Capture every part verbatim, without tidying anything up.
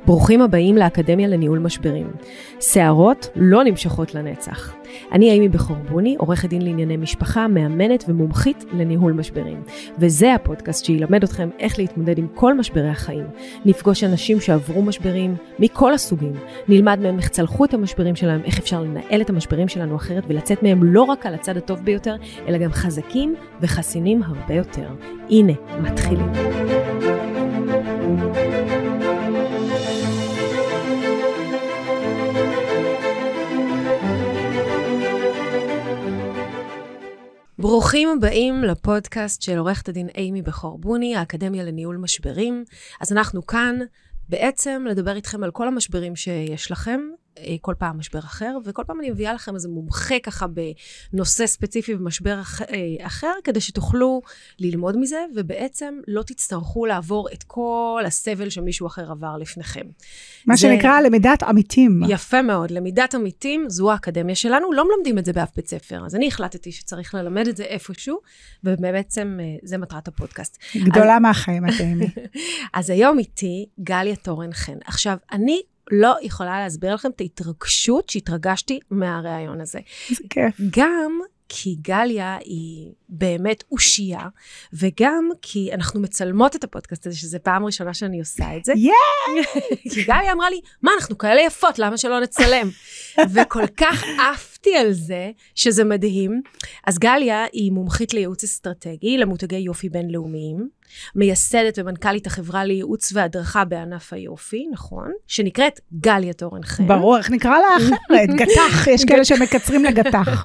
ברוכים הבאים לאקדמיה לניהול משברים. שערות לא נמשכות לנצח. אני אימי בחורבוני, עורכת דין לענייני משפחה, מאמנת ומומחית לניהול משברים. וזה הפודקאסט שילמד אתכם איך להתמודד עם כל משברי החיים. נפגוש אנשים שעברו משברים מכל הסוגים. נלמד מהם איך צלחו את המשברים שלהם, איך אפשר לנהל את המשברים שלנו אחרת ולצאת מהם לא רק על הצד הטוב ביותר, אלא גם חזקים וחסינים הרבה יותר. הנה, מתחילים. ברוכים הבאים לפודקאסט של עורכת הדין אימי בחורבוני, האקדמיה לניהול משברים. אז אנחנו כאן בעצם לדבר איתכם על כל המשברים שיש לכם, כל פעם משבר אחר, וכל פעם אני מביאה לכם איזה מומחה ככה בנושא ספציפי במשבר אחר, כדי שתוכלו ללמוד מזה, ובעצם לא תצטרכו לעבור את כל הסבל שמישהו אחר עבר לפניכם. מה זה... שנקרא למידת עמיתים. יפה מאוד, למידת עמיתים, זו האקדמיה שלנו, לא מלמדים את זה באף בית ספר, אז אני החלטתי שצריך ללמד את זה איפשהו, ובעצם זה מטרת הפודקאסט. גדולה מהחיים, את אימי. אז היום איתי גליה תורן חן. עכשיו, אני לא יכולה להסביר לכם את ההתרגשות שהתרגשתי מהרעיון הזה. זה כיף. גם כי גליה היא באמת אושייה, וגם כי אנחנו מצלמות את הפודקאסט הזה, שזה פעם ראשונה שאני עושה את זה. יאיי! כי גליה אמרה לי, מה, אנחנו כאלה יפות, למה שלא נצלם? וכל כך עפתי על זה, שזה מדהים. אז גליה היא מומחית לייעוץ אסטרטגי, למותגי יופי בינלאומיים, מייסדת ומנכ"לית החברה לייעוץ והדרכה בענף היופי, נכון? שנקראת גליה תורן חן. ברור, איך נקרא לה אחרת? גתח, יש כאלה שמקצרים לגתח.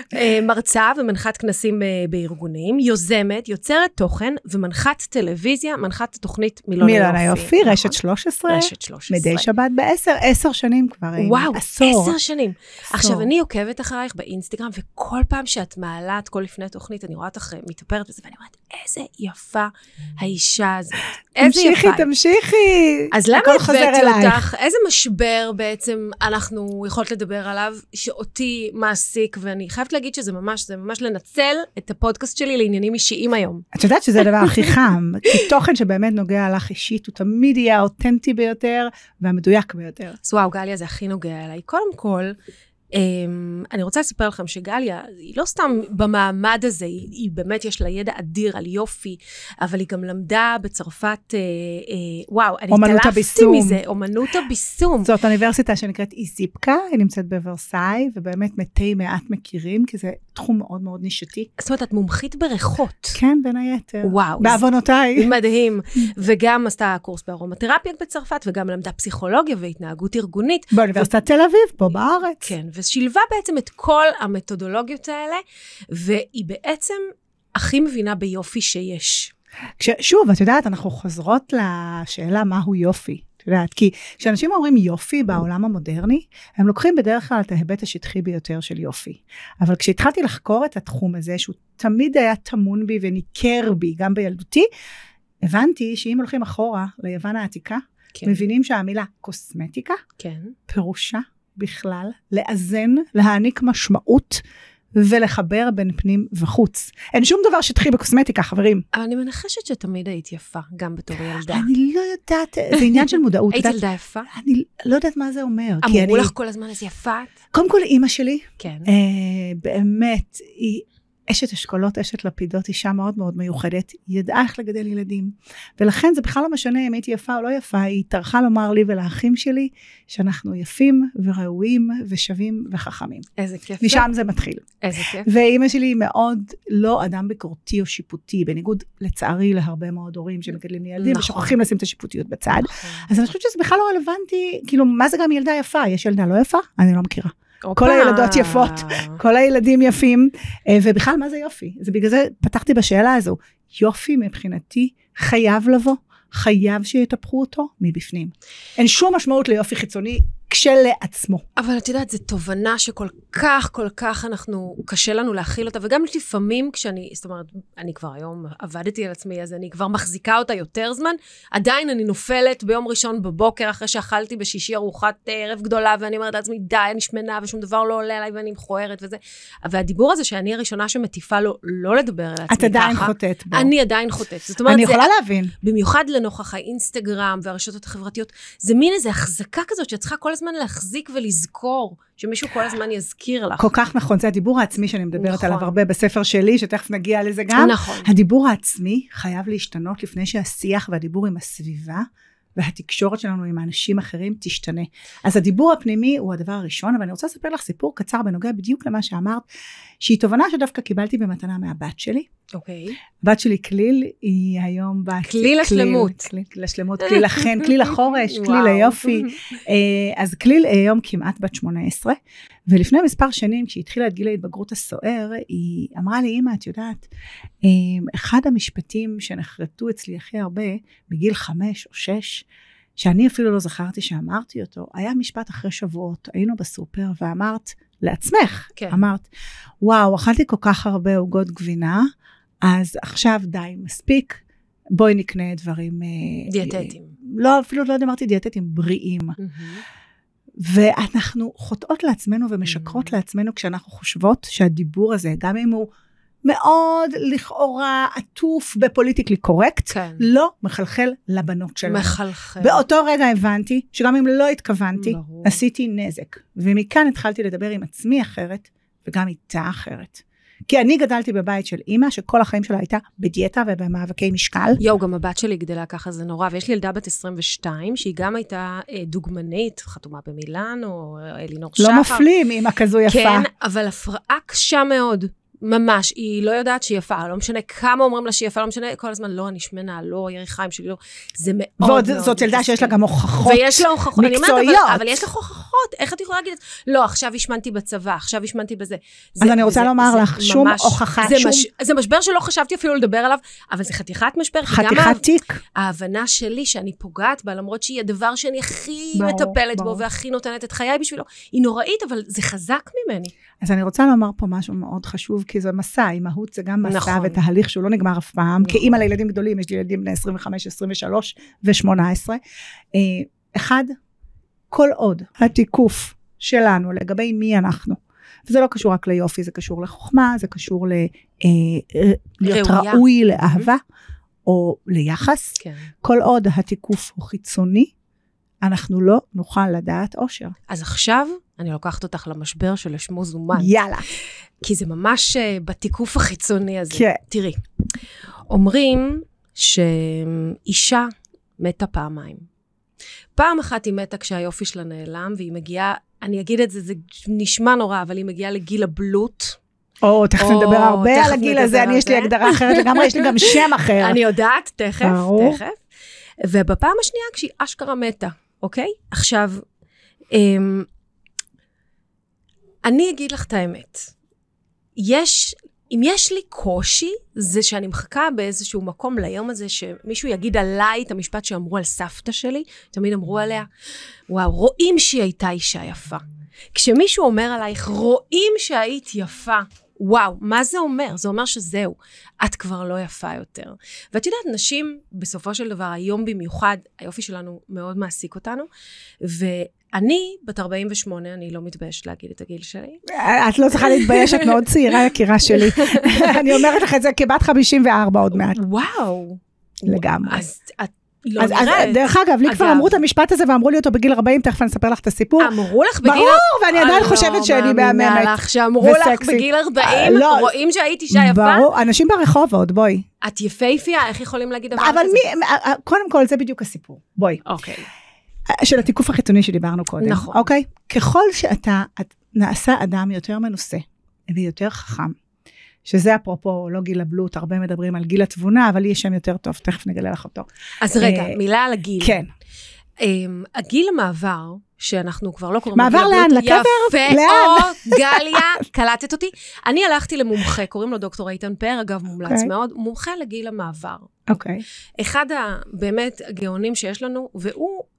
מרצה ומנחת כנסים בארגונים, יוזמת, יוצרת תוכן ומנחת טלוויזיה, מנחת התוכנית מילון היופי. מילון היופי, רשת שלוש עשרה. רשת שלוש עשרה. מדי שבת בעשר, עשר שנים כבר. וואו, עשור. עשר שנים. עכשיו, אני עוקבת אחרייך באינסטגרם, וכל פעם שאת מעלה את כל לפני תוכנית, אני רואה אותך מתאפרת בזה, ואני אומרת, איזה יפה האישה הזאת. איזה יפה. תמשיכי, תמשיכי. אז למה הבאתי אותך? איזה משבר בעצם אנחנו יכולות לדבר עליו, שאותי מעסיק, ואני חייבת להגיד שזה ממש, זה ממש לנצל את הפודקאסט שלי לעניינים אישיים היום. את יודעת שזה הדבר הכי חם, כי תוכן שבאמת נוגע לך אישית, הוא תמיד יהיה האותנטי ביותר, והמדויק ביותר. אז וואו, גליה, זה הכי נוגע אליי. קודם כל, אני רוצה לספר לכם שגליה, היא לא סתם במעמד הזה, היא, היא באמת יש לה ידע אדיר על יופי, אבל היא גם למדה בצרפת, אה, אה, וואו, אני התעלפתי מזה, אומנות הביסום. זאת אוניברסיטה שנקראת איזיפקה, היא נמצאת בוורסאי, ובאמת מתי מעט מכירים, כי זה תחום מאוד מאוד נישתי. זאת אומרת, את מומחית בריחות. כן, בין היתר. וואו. בעוונותיי. מדהים. וגם עשתה קורס בארומתרפיה בצרפת, וגם למדה פסיכולוגיה והתנהגות ארגונית. באוניברסיטת תל אביב, פה בארץ. כן. ושילבה בעצם את כל המתודולוגיות האלה, והיא בעצם הכי מבינה ביופי שיש. שוב, את יודעת, אנחנו חוזרות לשאלה מהו יופי. את יודעת, כי כשאנשים אומרים יופי בעולם המודרני, הם לוקחים בדרך כלל את ההיבט השטחי ביותר של יופי. אבל כשהתחלתי לחקור את התחום הזה, שהוא תמיד היה תמון בי וניכר בי, גם בילדותי, הבנתי שאם הולכים אחורה ליוון העתיקה, כן. מבינים שהמילה קוסמטיקה, כן. פירושה, בכלל, לאזן, להעניק משמעות, ולחבר בין פנים וחוץ. אין שום דבר שטחי בקוסמטיקה, חברים. אבל אני מנחשת שתמיד היית יפה, גם בתור ילדה. אני לא יודעת, זה עניין של מודעות. היית ילדה יפה? אני לא יודעת מה זה אומר. אמרו לך כל הזמן, אז יפה? קודם כל, אמא שלי, כן. באמת, היא אשת אשכולות, אשת לפידות, אישה מאוד מאוד מיוחדת, היא ידעה איך לגדל ילדים, ולכן זה בכלל לא משנה אם הייתי יפה או לא יפה, היא טרחה לומר לי ולאחים שלי, שאנחנו יפים וראויים ושווים וחכמים. איזה כיף. משם זה מתחיל. איזה כיף. ואמא שלי היא מאוד לא אדם ביקורתי או שיפוטי, בניגוד לצערי להרבה מאוד הורים שמגדלים ילדים, נכון. ושוכחים לשים את השיפוטיות בצד. נכון. אז אני חושבת שזה בכלל לא רלוונטי, כאילו מה זה גם ילדה יפה? יש ילדה לא יפה? אני לא מכירה. כל הילדות יפות, כל הילדים יפים, ובכלל מה זה יופי? זה בגלל זה פתחתי בשאלה הזו, יופי מבחינתי חייב לבוא, חייב שיתפחו אותו מבפנים. אין שום משמעות ליופי חיצוני, כשלעצמו. אבל את יודעת, זו תובנה שכל כך, כל כך אנחנו, קשה לנו להכיל אותה, וגם לפעמים כשאני, זאת אומרת, אני כבר היום עבדתי על עצמי, אז אני כבר מחזיקה אותה יותר זמן, עדיין אני נופלת ביום ראשון בבוקר, אחרי שאכלתי בשישי ארוחת ערב גדולה, ואני אומרת לעצמי, די, אני שמנה, ושום דבר לא עולה עליי, ואני מכוערת וזה. והדיבור הזה שאני הראשונה שמטיפה לו לא לדבר על עצמי ככה. את עדיין חוטאת בו. אני עדיין חוטאת. זאת אומרת, אני יכולה להבין. במיוחד לנוכח האינסטגרם והרשתות החברתיות, זה מין איזו החזקה כזאת שצריכה כל הזמן להחזיק ולזכור, שמישהו כל הזמן יזכיר לך. כל כך נכון, זה הדיבור העצמי שאני מדברת נכון. עליו הרבה בספר שלי, שתכף נגיע לזה גם. נכון. הדיבור העצמי חייב להשתנות לפני שהשיח והדיבור עם הסביבה, והתקשורת שלנו עם האנשים אחרים תשתנה. אז הדיבור הפנימי הוא הדבר הראשון, אבל אני רוצה לספר לך סיפור קצר בנוגע בדיוק למה שאמרת, שהיא תובנה שדווקא קיבלתי במתנה מהבת שלי. אוקיי. הבת שלי כליל, היא היום בת... כליל לשלמות. כליל לשלמות, כליל לחן, כליל לחורש, כליל ליופי. אז כליל היום כמעט בת שמונה עשרה, ולפני מספר שנים, כשהיא התחילה את גיל ההתבגרות הסוער, היא אמרה לי, אמא, את יודעת, אחד המשפטים שנחרטו אצלי הכי הרבה, בגיל חמש או שש, שאני אפילו לא זכרתי שאמרתי אותו, היה משפט אחרי שבועות, היינו בסופר, ואמרת לעצמך, כן. אמרת, וואו, אכלתי כל כך הרבה עוגות גבינה, אז עכשיו די, מספיק, בואי נקנה דברים... דיאטטיים. לא, אפילו לא אמרתי דיאטטיים, בריאים. ואנחנו חוטאות לעצמנו ומשקרות לעצמנו, כשאנחנו חושבות שהדיבור הזה, גם אם הוא מאוד לכאורה עטוף בפוליטיקלי קורקט, כן. לא מחלחל לבנות שלנו. מחלחל. באותו רגע הבנתי, שגם אם לא התכוונתי, ברור. עשיתי נזק. ומכאן התחלתי לדבר עם עצמי אחרת, וגם איתה אחרת. כי אני גדלתי בבית של אימא, שכל החיים שלה הייתה בדיאטה ובמאבקי משקל. יו, גם הבת שלי גדלה ככה, זה נורא, ויש לי ילדה בת עשרים ושתיים, שהיא גם הייתה דוגמנית, חתומה במילאן, או אלינור שחר. לא מפלים, אימא כזו יפה. כן, אבל הפרעה קשה מאוד. ממש, היא לא יודעת שהיא יפה, לא משנה כמה אומרים לה שהיא יפה, לא משנה, כל הזמן, לא, אני שמנה, לא, יריחיים שלי, לא, זה מאוד מאוד. ועוד זאת ילדה שיש לה גם הוכחות ויש לה הוכחות, מקצועיות. אבל, אבל יש לך הוכחות, איך את יכולה להגיד את זה? לא, עכשיו השמנתי בצבא, עכשיו השמנתי בזה. אז זה, אני רוצה וזה, לומר זה לך, ממש, שום הוכחה, זה, שום... מש, זה משבר שלא חשבתי אפילו לדבר עליו, אבל זה חתיכת משבר. חתיכת תיק. ההבנה שלי שאני פוגעת בה, למרות שהיא הדבר שאני הכי ברור, מטפלת ברור. בו, והכי נותנת את חיי בשבילו, היא נוראית, אבל זה חזק ממני. אז אני רוצה לומר פה משהו מאוד חשוב, כי זה מסע, אימהות זה גם מסע, נכון. ותהליך שהוא לא נגמר אף פעם, נכון. כאימא לילדים גדולים, יש לי ילדים בני עשרים וחמש, עשרים ושלוש ו-שמונה עשרה. אחד, כל עוד התיקוף שלנו לגבי מי אנחנו, וזה לא קשור רק ליופי, זה קשור לחוכמה, זה קשור ל, אה, להיות ראויה. ראוי לאהבה, או ליחס. כן. כל עוד התיקוף הוא חיצוני, אנחנו לא נוכל לדעת אושר. אז עכשיו אני לוקחת אותך למשבר שלשמו זומן. יאללה. כי זה ממש בתיקוף החיצוני הזה. כן. תראי, אומרים שאישה מתה פעמיים. פעם אחת היא מתה כשהיופי שלה נעלם, והיא מגיעה, אני אגיד את זה, זה נשמע נורא, אבל היא מגיעה לגיל הבלוט. או, תכף נדבר הרבה על הגיל הזה, אני יש לי הגדרה אחרת לגמרי, יש לי גם שם אחר. אני יודעת, תכף, תכף. ובפעם השנייה כשהיא אשכרה מתה, אוקיי? עכשיו, אני אגיד לך את האמת. יש, אם יש לי קושי, זה שאני מחכה באיזשהו מקום ליום הזה, שמישהו יגיד עליי את המשפט שאמרו על סבתא שלי, תמיד אמרו עליה, וואו, רואים שהיא הייתה אישה יפה. כשמישהו אומר עלייך, רואים שהיית יפה, וואו, מה זה אומר? זה אומר שזהו, את כבר לא יפה יותר. ואת יודעת, נשים, בסופו של דבר, היום במיוחד, היופי שלנו מאוד מעסיק אותנו, ואני, בת ארבעים ושמונה, אני לא מתביישת להגיד את הגיל שלי. את לא צריכה להתבייש, את מאוד צעירה, יקירה שלי. אני אומרת לך את זה כבת חמישים וארבע עוד מעט. וואו. לגמרי. אז את לא אז, נראית. אז דרך אגב, לי כבר אמרו את המשפט הזה, ואמרו לי אותו בגיל ארבעים, תכף אני אספר לך את הסיפור. אמרו לך בגיל... ברור, ואני עדיין חושבת שאני מהממת. לך שאמרו לך בגיל ארבעים, רואים שהיית אישה יפה? ברור, אנשים ברחוב עוד, בואי. את יפהפייה, איך יכולים להגיד דבר כזה? אבל מי, קודם כל, זה בדיוק הסיפור. בואי. אוקיי. של התיקוף החיצוני שדיברנו קודם. נכון. אוקיי? ככל שאתה נעשה אדם יותר מנוסה, ויותר חכם, שזה אפרופו, לא גיל הבלוט, הרבה מדברים על גיל התבונה, אבל לי יש שם יותר טוב, תכף נגלה לך אותו. אז רגע, מילה על הגיל. כן. הגיל המעבר, שאנחנו כבר לא קוראים מעבר לאן? לקבר? יפה, או גליה, קלטת אותי. אני הלכתי למומחה, קוראים לו דוקטור איתן פאר, אגב מומלץ מאוד, מומחה לגיל המעבר. אוקיי. אחד באמת הגאונים שיש לנו, והוא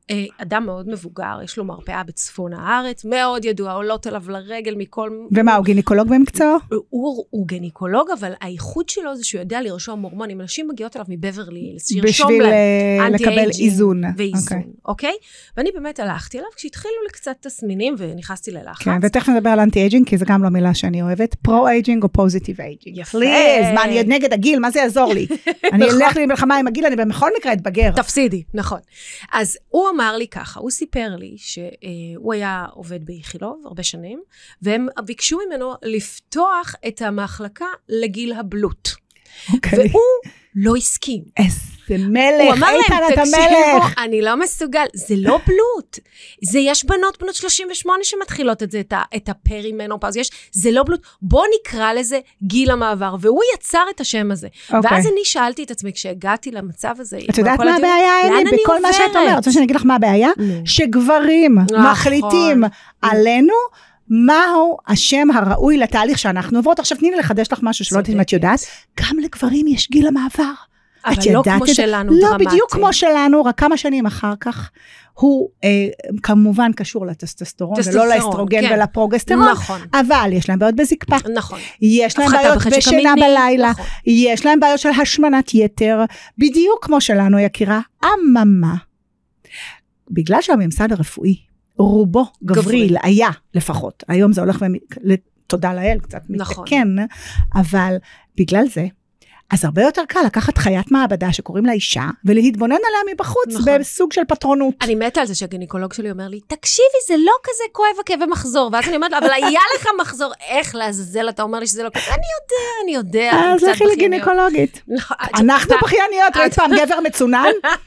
אדם מאוד מבוגר, יש לו מרפאה בצפון הארץ, מאוד ידוע, עולות אליו לרגל מכל... ומה, הוא גינקולוג במקצוע? הוא, הוא גינקולוג, אבל הייחוד שלו זה שהוא יודע לרשום הורמונים. אנשים מגיעות אליו מבברלי הילס, שירשום להם לקבל איזון. ואיזון, אוקיי? ואני באמת הלכתי אליו, כשהתחילו לי קצת תסמינים, ונכנסתי ללחץ. כן, ותכף נדבר על אנטי-אייג'ינג, כי זו גם לא מילה שאני אוהבת. פרו-אייג'ינג או פוזיטיב-אייג'ינג. יפה. מה, אני נגד הגיל, מה זה יעזור לי? אני אלך לי במלחמה עם הגיל, אני בכל מקרה אתבגר. תפסידי, נכון. אז הוא אמר לי ככה, הוא סיפר לי שהוא היה עובד באיכילוב הרבה שנים, והם ביקשו ממנו לפתוח את המחלקה לגיל הבלוט. אוקיי. והוא לא הסכים. איזה מלך, הוא אמר להם, אתה תקשיבו, מלך. אני לא מסוגל, זה לא בלוט. זה יש בנות, בנות שלושים ושמונה שמתחילות את זה, את, ה, את הפרימנופאוז, יש, זה לא בלוט. בוא נקרא לזה גיל המעבר, והוא יצר את השם הזה. Okay. ואז אני שאלתי את עצמי, כשהגעתי למצב הזה, את יודעת מה הבעיה, אלי, בכל מה שאת אומרת? רוצה שאני אגיד לך מה הבעיה? שגברים מחליטים עלינו, מהו השם הראוי לתהליך שאנחנו עוברות. עכשיו תני לי לחדש לך משהו שלא יודעת אם את יודעת, גם לגברים יש גיל המעבר. אבל לא כמו שלנו דרמטי. לא בדיוק כמו שלנו, רק כמה שנים אחר כך, הוא אה, כמובן קשור לטסטוסטרון, ולא לאסטרוגן כן. ולפרוגסטרון, נכון. אבל יש להם בעיות בזקפה, נכון. יש להם בעיות בשינה בלילה, נכון. יש להם בעיות של השמנת יתר, בדיוק כמו שלנו יקירה, אממה, בגלל שהממסד הרפואי, רובו גבריל היה לפחות, היום זה הולך לתודה לאל, קצת נכון. מתקן, אבל בגלל זה, אז הרבה יותר קל לקחת חיית מעבדה שקוראים לה אישה, ולהתבונן עליה מבחוץ, נכון. בסוג של פטרונות. אני מתה על זה שהגינקולוג שלי אומר לי, תקשיבי, זה לא כזה כואב עקב ומחזור, ואז אני אומרת לו, אבל היה לך מחזור, איך לעזאזל, אתה אומר לי שזה לא כזה, אני יודע, אני יודע. אז לכי לגינקולוגית. אנחנו בכייניות, ראית פעם גבר מצונן?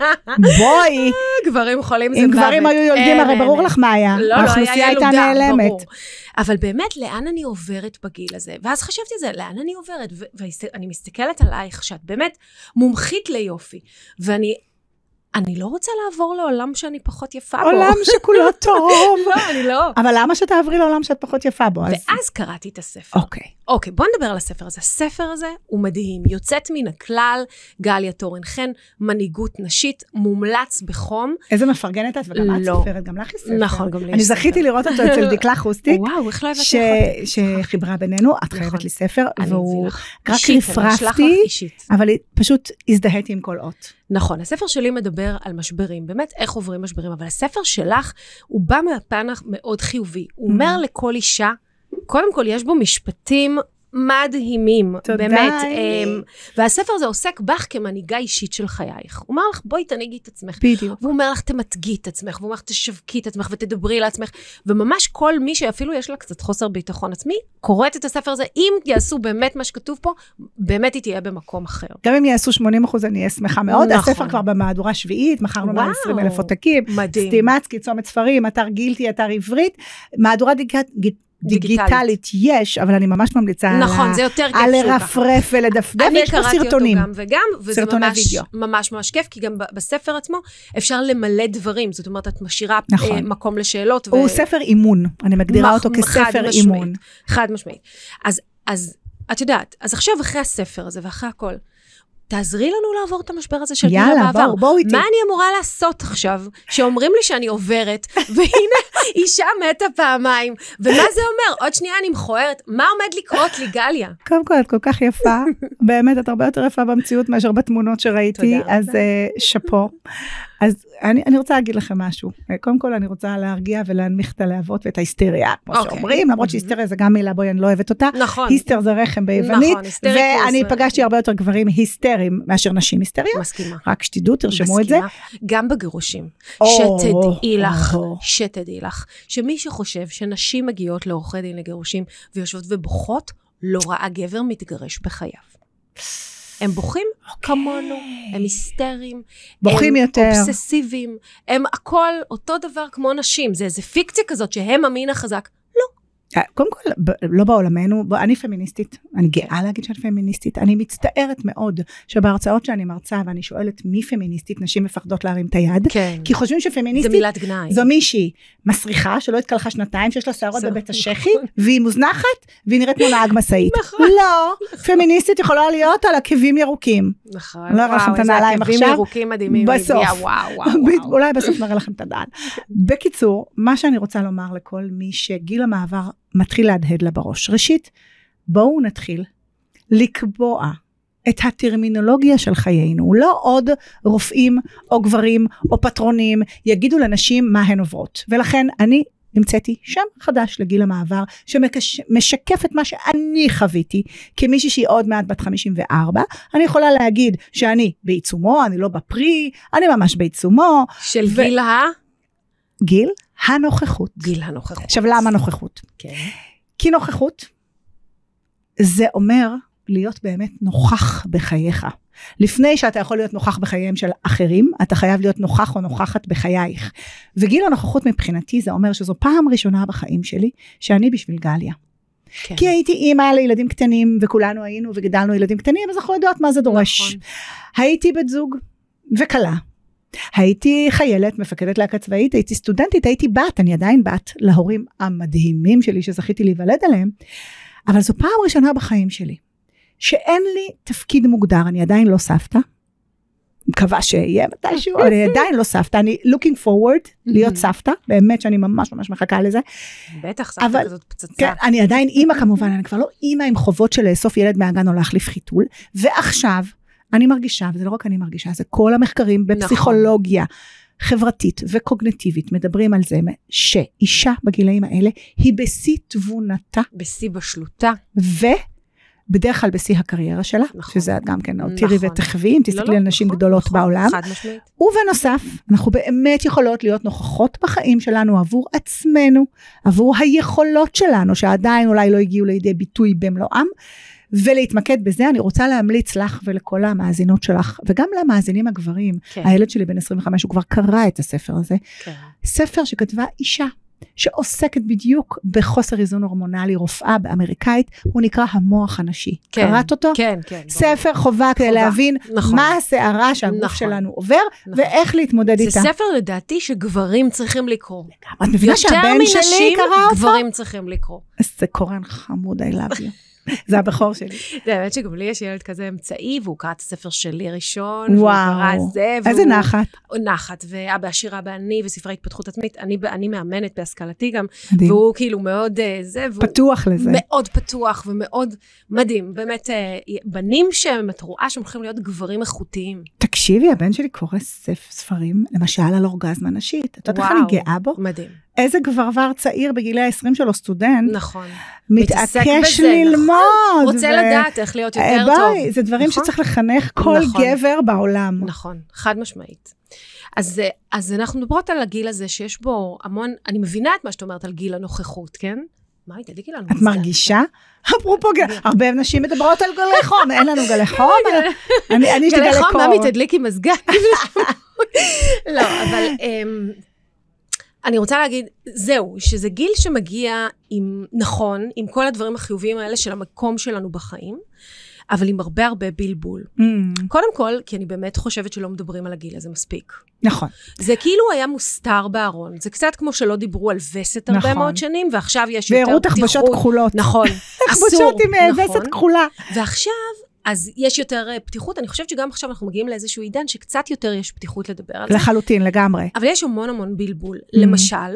בואי. גברים חולים זה אם גברים היו יולדים, הרי ברור לך מה היה. האוכלוסייה הייתה נעלמת. אבל באמת, לאן אני עוברת בגיל הזה? ואז חשבתי זה, לאן אני עוברת? ואני מסתכלת עלייך, שאת באמת מומחית ליופי, ואני אני לא רוצה לעבור לעולם שאני פחות יפה בו. עולם שכולו טוב. לא, אני לא. אבל למה שתעברי לעולם שאת פחות יפה בו? ואז קראתי את הספר. אוקיי. אוקיי, בוא נדבר על הספר הזה. הספר הזה הוא מדהים. יוצאת מן הכלל, גליה תורן חן, מנהיגות נשית, מומלץ בחום. איזה מפרגנת את, וגם את סופרת, גם לך יש ספר. נכון, גם לי יש ספר. אני זכיתי לראות אותו אצל דקלה חוסטיק. וואו, איך לא הבאת לך אותי. שחיברה בינינו, את חייבת לי ספר, והוא רק רפרפתי, אבל פשוט הזדהיתי עם כל אות. נכון, הספר שלי מדבר על משברים, באמת איך עוברים משברים, אבל הספר שלך הוא בא מהפן מאוד חיובי. הוא אומר לכל אישה, קודם כל יש בו משפטים מדהימים, באמת. והספר הזה עוסק בך כמנהיגה אישית של חייך. הוא אומר לך, בואי תנהיגי את עצמך. בדיוק. והוא אומר לך, תמתגי את עצמך, והוא אומר לך, תשווקי את עצמך ותדברי לעצמך. וממש כל מי שאפילו יש לה קצת חוסר ביטחון עצמי, קוראת את הספר הזה, אם יעשו באמת מה שכתוב פה, באמת היא תהיה במקום אחר. גם אם יעשו שמונים אחוז, אני אהיה שמחה מאוד. נכון. הספר כבר במהדורה שביעית, מכרנו מעל עשרים אלף עותקים. מדהים. סטימצקי, צומת ספרים, אתר גילטי, אתר עברית. מהדורה דיגיטלית. דיגיטלית יש, אבל אני ממש ממליצה נכון, זה יותר כיף על לרפרף ולדפדף, ויש לו סרטונים. אני קראתי אותו גם וגם, וזה ממש, ממש ממש כיף, כי גם בספר עצמו אפשר למלא דברים, זאת אומרת, את משאירה נכון. מקום לשאלות. הוא ו... ספר אימון, אני מגדירה אותו כספר אימון. חד משמעית. אז, אז את יודעת, אז עכשיו אחרי הספר הזה ואחרי הכל, תעזרי לנו לעבור את המשבר הזה של גיל המעבר. יאללה, בואו, בואו איתי. מה אני אמורה לעשות עכשיו, שאומרים לי שאני עוברת, והנה אישה מתה פעמיים, ומה זה אומר? עוד שנייה אני מכוערת, מה עומד לקרות לי, גליה? קודם כל, את כל כך יפה, באמת, את הרבה יותר יפה במציאות, מאשר בתמונות שראיתי, אז שפו. אז אני, אני רוצה להגיד לכם משהו. קודם כל, אני רוצה להרגיע ולהנמיך את הלהבות ואת ההיסטריה, כמו okay. שאומרים, למרות שהיסטריה זה גם מילה, בואי, אני לא אוהבת אותה. נכון. היסטר זה רחם ביוונית, נכון, ואני פגשתי הרבה יותר גברים היסטריים מאשר נשים היסטריות. מסכימה. רק שתדעו, תרשמו את זה. גם בגירושים. שתדעי לך, שתדעי לך, שמי שחושב שנשים מגיעות לעורכי דין לגירושים, ויושבות ובוכות, לא ראה גבר מתגרש בחייו. הם בוכים okay. כמונו, הם היסטריים, בוכים הם יותר. אובססיביים, הם הכל אותו דבר כמו נשים, זה איזה פיקציה כזאת שהם המין החזק, לא, קודם כל, לא בעולמנו, אני פמיניסטית, אני גאה להגיד שאני פמיניסטית, אני מצטערת מאוד שבהרצאות שאני מרצה, ואני שואלת מי פמיניסטית, נשים מפחדות להרים את היד, כי חושבים שפמיניסטית, זה מילת גנאי. זו מישהי מסריחה, שלא התקלחה שנתיים, שיש לה שערות בבית השכי, והיא מוזנחת, והיא נראית כמו נהג משאית. לא, פמיניסטית יכולה להיות על עקבים ירוקים. נכון. לא אראה לכם את הנעליים עכשיו. עקבים ירוקים מדהימים. בסוף. וואו, אולי בסוף נראה לכם את הדעת. בקיצור, מה שאני רוצה לומר לכל מי שגיל המעבר מתחיל להדהד לה בראש. ראשית, בואו נתחיל לקבוע את הטרמינולוגיה של חיינו. לא עוד רופאים או גברים או פטרונים יגידו לנשים מה הן עוברות. ולכן אני נמצאתי שם חדש לגיל המעבר, שמשקף את מה שאני חוויתי, כמישהי שהיא עוד מעט בת חמישים וארבע, אני יכולה להגיד שאני בעיצומו, אני לא בפרי, אני ממש בעיצומו. של ו... גיל ה? גיל הנוכחות. גיל הנוכחות. עכשיו למה נוכחות? כן. כי נוכחות, זה אומר להיות באמת נוכח בחייך. לפני שאתה יכול להיות נוכח בחייהם של אחרים, אתה חייב להיות נוכח או נוכחת בחייך. וגיל הנוכחות מבחינתי זה אומר שזו פעם ראשונה בחיים שלי, שאני בשביל גליה. כן. כי הייתי אימא לילדים קטנים, וכולנו היינו וגדלנו ילדים קטנים, אז אנחנו יודעות מה זה דורש. נכון. הייתי בת זוג וקלה. הייתי חיילת, מפקדת להקה צבאית, הייתי סטודנטית, הייתי בת, אני עדיין בת להורים המדהימים שלי שזכיתי להיוולד עליהם, אבל זו פעם ראשונה בחיים שלי, שאין לי תפקיד מוגדר, אני עדיין לא סבתא, מקווה שיהיה מתישהו, אני עדיין לא סבתא, אני looking forward להיות סבתא, באמת שאני ממש ממש מחכה לזה. בטח, סבתא כזאת פצצה. כן, אני עדיין אימא כמובן, אני כבר לא אימא עם חובות של לאסוף ילד מהגן או להחליף חיתול, ועכשיו אני מרגישה, וזה לא רק אני מרגישה, זה כל המחקרים בפסיכולוגיה חברתית וקוגניטיבית, מדברים על זה, שאישה בגילאים האלה, היא בשיא תבונתה. בשיא בשלותה. ובדרך כלל בשיא הקריירה שלה, נכון. שזה גם כן, נכון. תראי ותחווי, אם תסתכלי לא, על נשים נכון, גדולות נכון, בעולם. חד משמעית. ובנוסף, אנחנו באמת יכולות להיות נוכחות בחיים שלנו, עבור עצמנו, עבור היכולות שלנו, שעדיין אולי לא הגיעו לידי ביטוי במלואם, ולהתמקד בזה, אני רוצה להמליץ לך ולכל המאזינות שלך, וגם למאזינים הגברים, כן. הילד שלי בן עשרים וחמש, הוא כבר קרא את הספר הזה, כן. ספר שכתבה אישה, שעוסקת בדיוק בחוסר איזון הורמונלי, רופאה באמריקאית, הוא נקרא המוח הנשי. כן, קראת אותו? כן, כן. ספר ברור. חובה כדי להבין נכון. מה הסערה שהגוף נכון. שלנו עובר, נכון. ואיך להתמודד זה איתה. זה ספר לדעתי שגברים צריכים לקרוא. את מבינה שהבן שלי קרא אותו? גברים צריכים לקרוא. זה קורן חמוד, I love you. זה הבחור שלי. זה האמת שגם לי יש ילד כזה אמצעי, והוא קרא את הספר שלי ראשון, וואו, איזה נחת. נחת, ואבא עשיר, אבא אני, וספרי התפתחות עצמית, אני מאמנת בהשכלתי גם, והוא כאילו מאוד, זה, פתוח לזה. מאוד פתוח, ומאוד מדהים, באמת, בנים שהם, את רואה שהם הולכים להיות גברים איכותיים. תקשיבי, הבן שלי קורא ספרים, למשל על אורגזמה נשית, את יודעת איך אני גאה בו? מדהים. איזה גברבר צעיר בגילי ה-עשרים שלו, סטודנט, נכון. מתעקש ללמוד. נכון. רוצה ו... לדעת איך להיות יותר ביי, טוב. זה דברים נכון? שצריך לחנך כל נכון. גבר בעולם. נכון, חד משמעית. אז, אז אנחנו מדברות על הגיל הזה שיש בו המון, אני מבינה את מה שאת אומרת על גיל הנוכחות, כן? מה, תדליקי לנו. את מרגישה? אפרופו, הרבה נשים מדברות על גלי חום, אין לנו גלי חום. אני יש לי גלי חום, מה מתדליקי מזגן? לא, אבל... אני רוצה להגיד, זהו, שזה גיל שמגיע עם, נכון, עם כל הדברים החיוביים האלה של המקום שלנו בחיים, אבל עם הרבה הרבה בלבול. Mm. קודם כל, כי אני באמת חושבת שלא מדברים על הגיל הזה מספיק. נכון. זה כאילו היה מוסתר בארון. זה קצת כמו שלא דיברו על וסת הרבה נכון. מאוד שנים, ועכשיו יש יותר פתיחות. והראו תחבושות כחולות. נכון. תחבושות עם וסת כחולה. ועכשיו... אז יש יותר פתיחות, אני חושבת שגם עכשיו אנחנו מגיעים לאיזשהו עידן שקצת יותר יש פתיחות לדבר על זה. לחלוטין, לגמרי. אבל יש המון המון בלבול. למשל,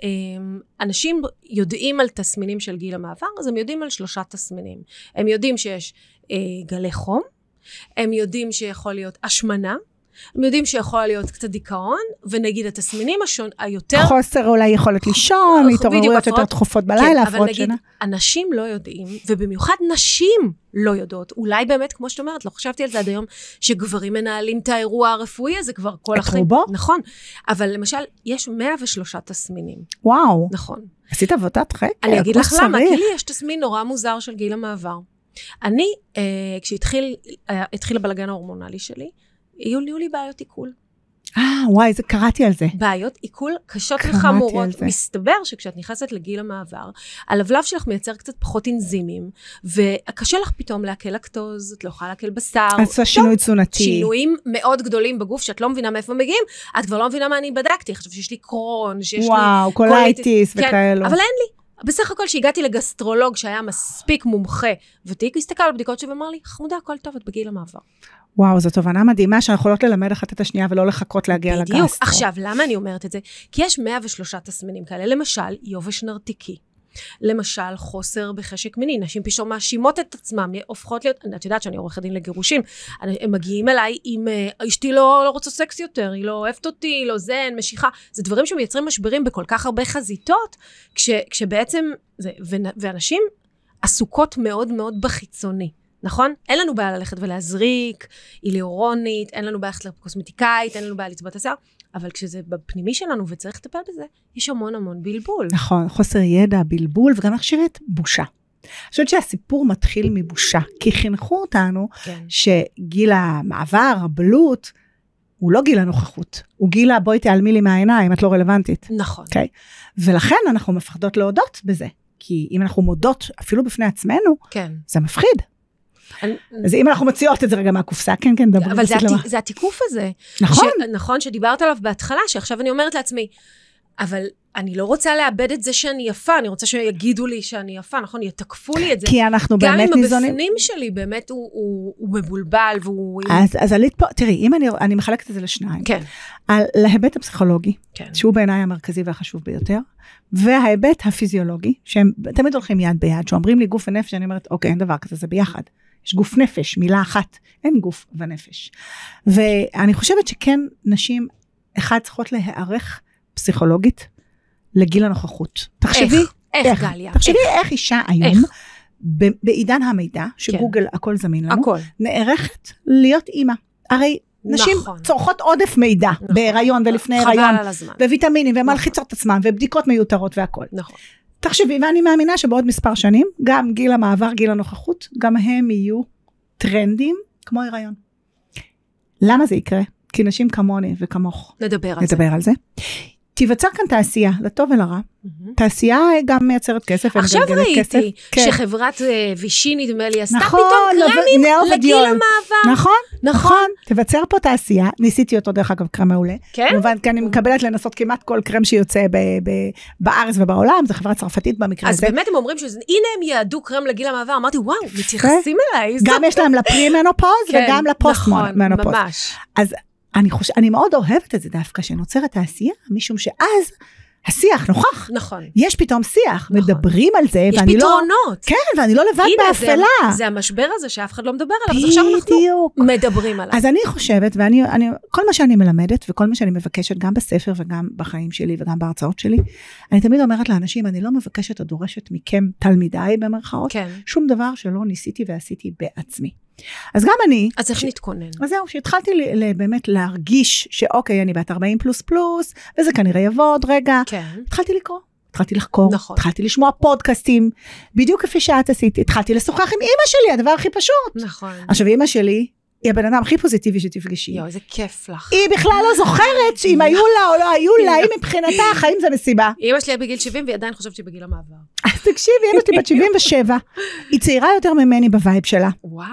אנשים יודעים על תסמינים של גיל המעבר, אז הם יודעים על שלושה תסמינים. הם יודעים שיש גלי חום, הם יודעים שיכול להיות השמנה, הם יודעים שיכול להיות קצת דיכאון, ונגיד התסמינים השון, היותר... חוסר אולי יכולת לישון, התעוררויות יותר תכופות בלילה, הפרעות שינה. אבל נגיד, אנשים לא יודעים, ובמיוחד נשים לא יודעות, אולי באמת, כמו שאת אומרת, לא חשבתי על זה עד היום, שגברים מנהלים את האירוע הרפואי הזה כבר כל החיים. את רובו? נכון. אבל למשל, יש מאה ושלושה תסמינים. וואו. נכון. עשית עבודת חקר? אני אגיד לך למה, כי לי יש תסמין נורא מוזר של גיל המעבר. אני, כשהתחיל, התחיל הבלגן ההורמונלי שלי, יהיו לי בעיות עיכול. אה, וואי, זה קראתי על זה. בעיות עיכול קשות וחמורות. מסתבר שכשאת נכנסת לגיל המעבר, הלבלב שלך מייצר קצת פחות אנזימים, וקשה לך פתאום להקל לקטוז, את לא יכולה להקל בשר. אז זה שינוי תזונתי. שינויים מאוד גדולים בגוף, שאת לא מבינה מאיפה מגיעים, את כבר לא מבינה מה אני בדקתי, חשוב שיש לי קרון, שיש לי... וואו, קולייטיס וכאלו. אבל אין לי. בסך הכל שהגעתי לגסטרולוג שהיה מספיק מומחה, ותיק הסתכל על בדיקות שאומר לי, חמודה, הכל טוב, את בגיל המעבר. וואו, זו תובנה מדהימה שאנחנו יכולות ללמד אחת את השנייה ולא לחכות להגיע לגסטרו. בדיוק. עכשיו, למה אני אומרת את זה? כי יש מאה ושלושה תסמינים כאלה, למשל, יובש נרתיקי. למשל, חוסר בחשק מיני. נשים פתאום מאשימות את עצמם, הופכות להיות, את יודעת שאני עורכת דין לגירושים, הם מגיעים אליי עם, אשתי לא, לא רוצה סקס יותר, היא לא אוהבת אותי, היא לא זן, משיכה. זה דברים שמייצרים משברים בכל כך הרבה חזיתות, כש, כשבעצם, זה, ואנשים עסוקות מאוד מאוד בחיצוני. נכון? אין לנו בעיה ללכת ולהזריק, היליורונית, אין לנו בעיה ללכת לקוסמטיקאית, אין לנו בעיה לצבוע את השיער, אבל כשזה בפנימי שלנו וצריך לטפל בזה, יש המון המון בלבול. נכון, חוסר ידע, בלבול, וגם אני חושבת בושה. אני חושבת שהסיפור מתחיל מבושה, כי חינכו אותנו כן. שגיל המעבר, הבלות, הוא לא גיל הנוכחות, הוא גיל בואי תעלמי לי מהעיניים, את לא רלוונטית. נכון. Okay? ולכן אנחנו מפחדות להודות בזה, כי אם אנחנו מודות אפילו בפני עצמנו, כן. זה מפחיד. אני... אז אם אנחנו מציעות את זה רגע מהקופסה, כן, כן, דברי. אבל זה, הת... זה התיקוף הזה. נכון. ש... נכון, שדיברת עליו בהתחלה, שעכשיו אני אומרת לעצמי, אבל אני לא רוצה לאבד את זה שאני יפה, אני רוצה שיגידו לי שאני יפה, נכון? יתקפו לי את זה. כי אנחנו באמת ניזונים. גם אם הבפנים שלי באמת הוא, הוא, הוא מבולבל, והוא... אז, אז עלית פה, תראי, אם אני, אני מחלקת את זה לשניים. כן. על להיבט הפסיכולוגי, כן. שהוא בעיניי המרכזי והחשוב ביותר, וההיבט הפיזיולוגי, שהם תמיד הולכים יד ביד, שאומרים לי גוף ונפש, אני אומרת, אוקיי, אין דבר כזה, זה ביחד. יש גוף נפש, מילה אחת, אין גוף ונפש. ואני חושבת שכן, נשים, אחד צריכות להיערך פסיכולוגית, לגיל הנוכחות. תחשבי, איך, איך, גליה? תחשבי איך, איך אישה היום, ב- בעידן המידע, שגוגל כן. הכל זמין לנו, הכל. נערכת להיות אימא. הרי נשים נכון. צורכות עודף מידע, נכון. בהיריון ולפני חבל הריון, על הזמן. וויטמינים, נכון. ומלחיצות את עצמם, ובדיקות מיותרות והכל. נכון. תחשבי, ואני מאמינה שבעוד מספר שנים, גם גיל המעבר, גיל הנוכחות, גם הם יהיו טרנדים כמו הריון. למה זה יקרה? כי נשים כמוני וכמוך. נדבר על זה. נדבר על זה. תיווצר כאן תעשייה, לטוב ולרע. תעשייה גם מייצרת כסף. עכשיו ראיתי שחברת וישי נדמה לי, עשתה פתאום קרמים לגיל המעבר. נכון, נכון. תיווצר פה תעשייה, ניסיתי אותו דרך אגב קרם מעולה. כן? כי אני מקבלת לנסות כמעט כל קרם שיוצא בארץ ובעולם, זו חברה צרפתית במקרה הזה. אז באמת הם אומרים שהנה הם יעדו קרם לגיל המעבר, אמרתי וואו, מתייחסים אליי. גם יש להם לפרי-מנופוז וגם לפוסט-מנופוז. נכון, ממש. אז אני חושב, אני מאוד אוהבת את זה דווקא, שנוצרת העשייה, משום שאז השיח נוכח. נכון. יש פתאום שיח, נכון. מדברים על זה, יש ואני פתרונות. לא... כן, ואני לא לבד באפלה. זה, זה המשבר הזה שאף אחד לא מדבר עליו, אז עכשיו אנחנו מדברים עליו. אז אני חושבת, ואני, אני, כל מה שאני מלמדת, וכל מה שאני מבקשת, גם בספר וגם בחיים שלי, וגם בהרצאות שלי, אני תמיד אומרת לאנשים, אני לא מבקשת או דורשת מכם תלמידיי במרכאות, כן. שום דבר שלא ניסיתי ועשיתי בעצמי. אז גם אני... אז איך נתכונן? אז זהו, שהתחלתי לי, באמת להרגיש שאוקיי, אני בת ארבעים פלוס פלוס, וזה כנראה יבוא עוד רגע. כן. התחלתי לקרוא, התחלתי לחקור, נכון. התחלתי לשמוע פודקאסטים, בדיוק כפי שאת עשיתי, התחלתי לשוחח עם אמא שלי, הדבר הכי פשוט. נכון. עכשיו, אמא שלי, היא הבן אדם הכי פוזיטיבי שתפגשי. יו, איזה כיף לך. היא בכלל לא זוכרת שאם היו לה או לא היו לה, היא מבחינתה, החיים זה מסיבה. אמא שלי בגיל שבעים, והיא עדיין חושבת שהיא בגיל המעבר. אז תקשיבי, אמא שלי בת שבעים ושבע, היא צעירה יותר ממני בווייב שלה. וואו.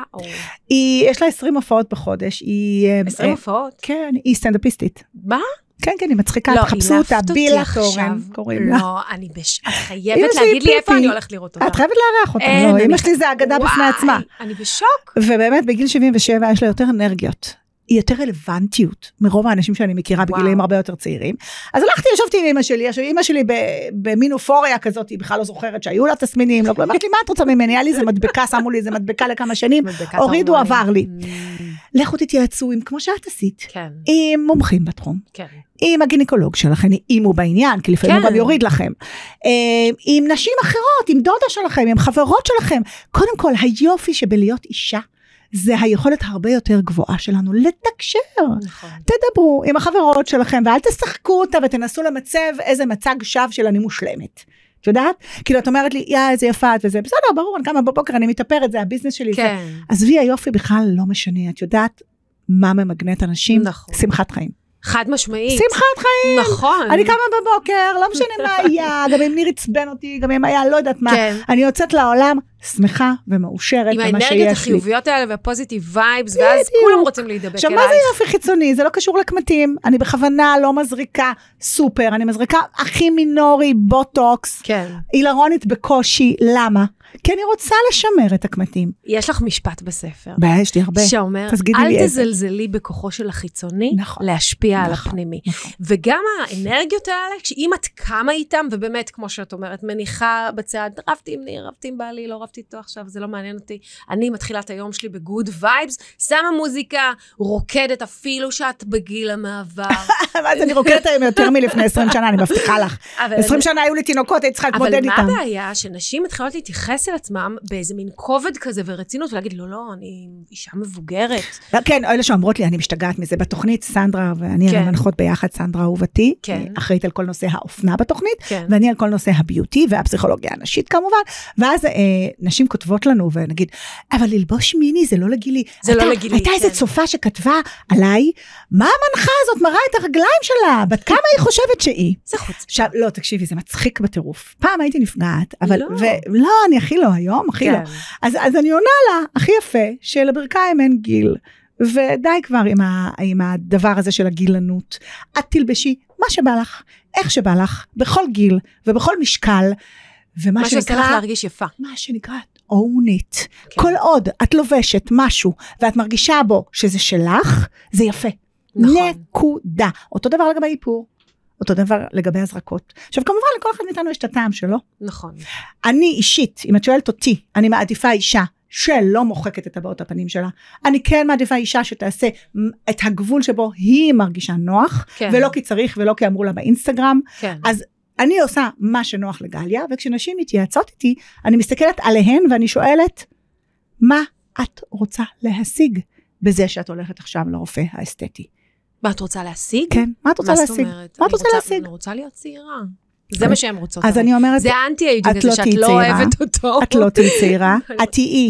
יש לה עשרים הופעות בחודש. עשרים הופעות? כן, היא סטנדאפיסטית. מה? כן, כן, היא מצחיקה, תחפשו אותה, בילה תורן, קוראים לה. לא, אני חייבת להגיד לי איפה אני הולכת לראות אותה. את חייבת לארח אותה, לא, אמא שלי זה אגדה בפני עצמה. אני בשוק. ובאמת, בגיל שבעים ושבע יש לה יותר אנרגיות. היא יותר רלוונטיות מרוב האנשים שאני מכירה בגילים הרבה יותר צעירים. אז הלכתי, ישבתי עם אמא שלי, עכשיו אמא שלי במין אופוריה כזאת, היא בכלל לא זוכרת שהיו לה תסמינים, לא אמרת לי, מה את רוצה ממני? היה לי איזה מדבקה, שמו לי איזה מדבקה לכמה שנים, הורידו, עבר לי. לכו תתייעצו עם, כמו שאת עשית, עם מומחים בתחום, עם הגינקולוג שלכם, אם הוא בעניין, כי לפעמים הוא גם יוריד לכם, עם נשים אחרות, עם דודה שלכם, עם חברות שלכם. קודם כל, היופי שבלהיות אישה, זה היכולת הרבה יותר גבוהה שלנו, לתקשר. נכון. תדברו עם החברות שלכם, ואל תשחקו אותה, ותנסו למצב איזה מצג שווא של אני מושלמת. את יודעת? כאילו, את אומרת לי, יא, איזה יפה את וזה, בסדר, ברור, אני קמה בבוקר, אני מתאפרת, זה הביזנס שלי. כן. אז וי היופי בכלל לא משנה, את יודעת מה ממגנט אנשים? נכון. שמחת חיים. חד משמעית. שמחת חיים. נכון. אני קמה בבוקר, לא משנה מה היה, גם אם ניר עצבן אותי, גם אם היה לא יודעת מה. כן. אני יוצאת לעולם שמחה ומאושרת עם במה שיש לי. האנרגיות החיוביות האלה והפוזיטיב וייבס, ואז כולם רוצים להידבק עכשיו, אלייך. מה זה יופי חיצוני? זה לא קשור לקמטים. אני בכוונה לא מזריקה סופר, אני מזריקה הכי מינורי, בוטוקס. כן. אילרונית בקושי, למה? כי אני רוצה לשמר את הקמטים. יש לך משפט בספר. יש לי הרבה. שאומר, אל תזלזלי בכוחו של החיצוני, נכון. להשפיע נכון, על הפנימי. נכון. וגם האנרגיות האלה, אם את קמה איתם, ובאמת, כמו שאת אומרת, מניחה בצד, רבתי עם ניר, רבתי עם בעלי, לא רבתי איתו עכשיו, זה לא מעניין אותי. אני מתחילה את היום שלי בגוד וייבס, שמה מוזיקה, רוקדת אפילו שאת בגיל המעבר. אז אני רוקדת היום יותר מלפני עשרים שנה, אני מבטיחה לך. עשרים שנה היו לי תינוקות, הייתי צריכה להתמודד איתם. אבל מה הבעיה? שנשים מתחילות להתייחס אל עצמם באיזה מין כובד כזה ורצינות, ולהגיד, לא, לא, אני אישה מבוגרת. כן, אלה שאומרות לי, אני משתגעת מזה. בתוכנית סנדרה ואני כן. המנחות ביחד, סנדרה אהובתי, כן. אחראית על כל נושא האופנה בתוכנית, כן. ואני על כל נושא הביוטי והפסיכולוגיה הנשית כמובן, ואז אה, נשים כותבות לנו, ונגיד, אבל ללבוש מיני זה לא לגילי. זה הייתה, לא לגילי, הייתה כן. איזה צופה שכתבה עליי, מה המנחה הזאת מראה את הרגליים שלה, בת כמה היא חושבת שהיא? זה חוץ. עכשיו, לא, תקשיבי, זה מצחיק בטירוף. פעם הייתי נפגעת, אבל, לא. ולא, אני הכי לא היום, הכי כן. לא. אז, אז אני עונה לה, הכי יפה, שלברכיים אין גיל, ודי כבר עם, ה, עם הדבר הזה של הגילנות. את תלבשי מה שבא לך, איך שבא לך, בכל גיל, ובכל משקל, ומה מה שנקרא, שעושה לך להרגיש יפה. מה שנקרא, own it. כן. כל עוד את לובשת משהו, ואת מרגישה בו שזה שלך, זה יפה. נכון. נקודה. אותו דבר לגבי איפור. אותו דבר לגבי הזרקות. עכשיו, כמובן, לכל אחד מאיתנו יש את הטעם שלו. נכון. אני אישית, אם את שואלת אותי, אני מעדיפה אישה שלא מוחקת את הבעות הפנים שלה. אני כן מעדיפה אישה שתעשה את הגבול שבו היא מרגישה נוח, כן. ולא כי צריך ולא כי אמרו לה באינסטגרם. כן. אז אני עושה מה שנוח לגליה, וכשנשים מתייעצות איתי, אני מסתכלת עליהן ואני שואלת, מה את רוצה להשיג בזה שאת הולכת עכשיו לרופא האסתטי? מה את רוצה להשיג? כן, מה את רוצה מה להשיג? זאת אומרת? מה את רוצה אני להשיג? אני רוצה להיות צעירה. זה מה שהן רוצות. אז הרי. אני אומרת, זה האנטי-אייג'ינג את הזה לא שאת תהיי לא צעירה. אוהבת אותו. את לא תהיי צעירה, את תהיי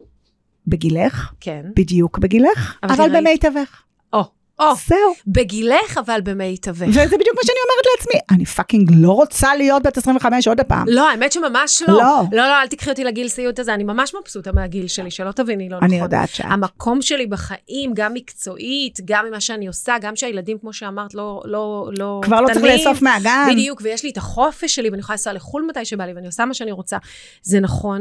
בגילך, כן. בדיוק בגילך, אבל אבל תראי. במיטבך. או, או, זהו. בגילך אבל במיטבך. וזה בדיוק מה שאני אומרת לעצמי, אני פאקינג לא רוצה להיות בת עשרים וחמש עוד הפעם. לא, האמת שממש לא. לא. לא, לא, אל תקחי אותי לגיל סיוט הזה, אני ממש מבסוטה מהגיל שלי, שלא תביני, לא נכון. אני יודעת שאת. המקום שלי בחיים, גם מקצועית, גם ממה שאני עושה, גם שהילדים, כמו שאמרת, לא, לא, לא כבר לא צריך לאסוף מהגן. בדיוק, ויש לי את החופש שלי, ואני יכולה לנסוע לחול מתי שבא לי, ואני עושה מה שאני רוצה. זה נכון.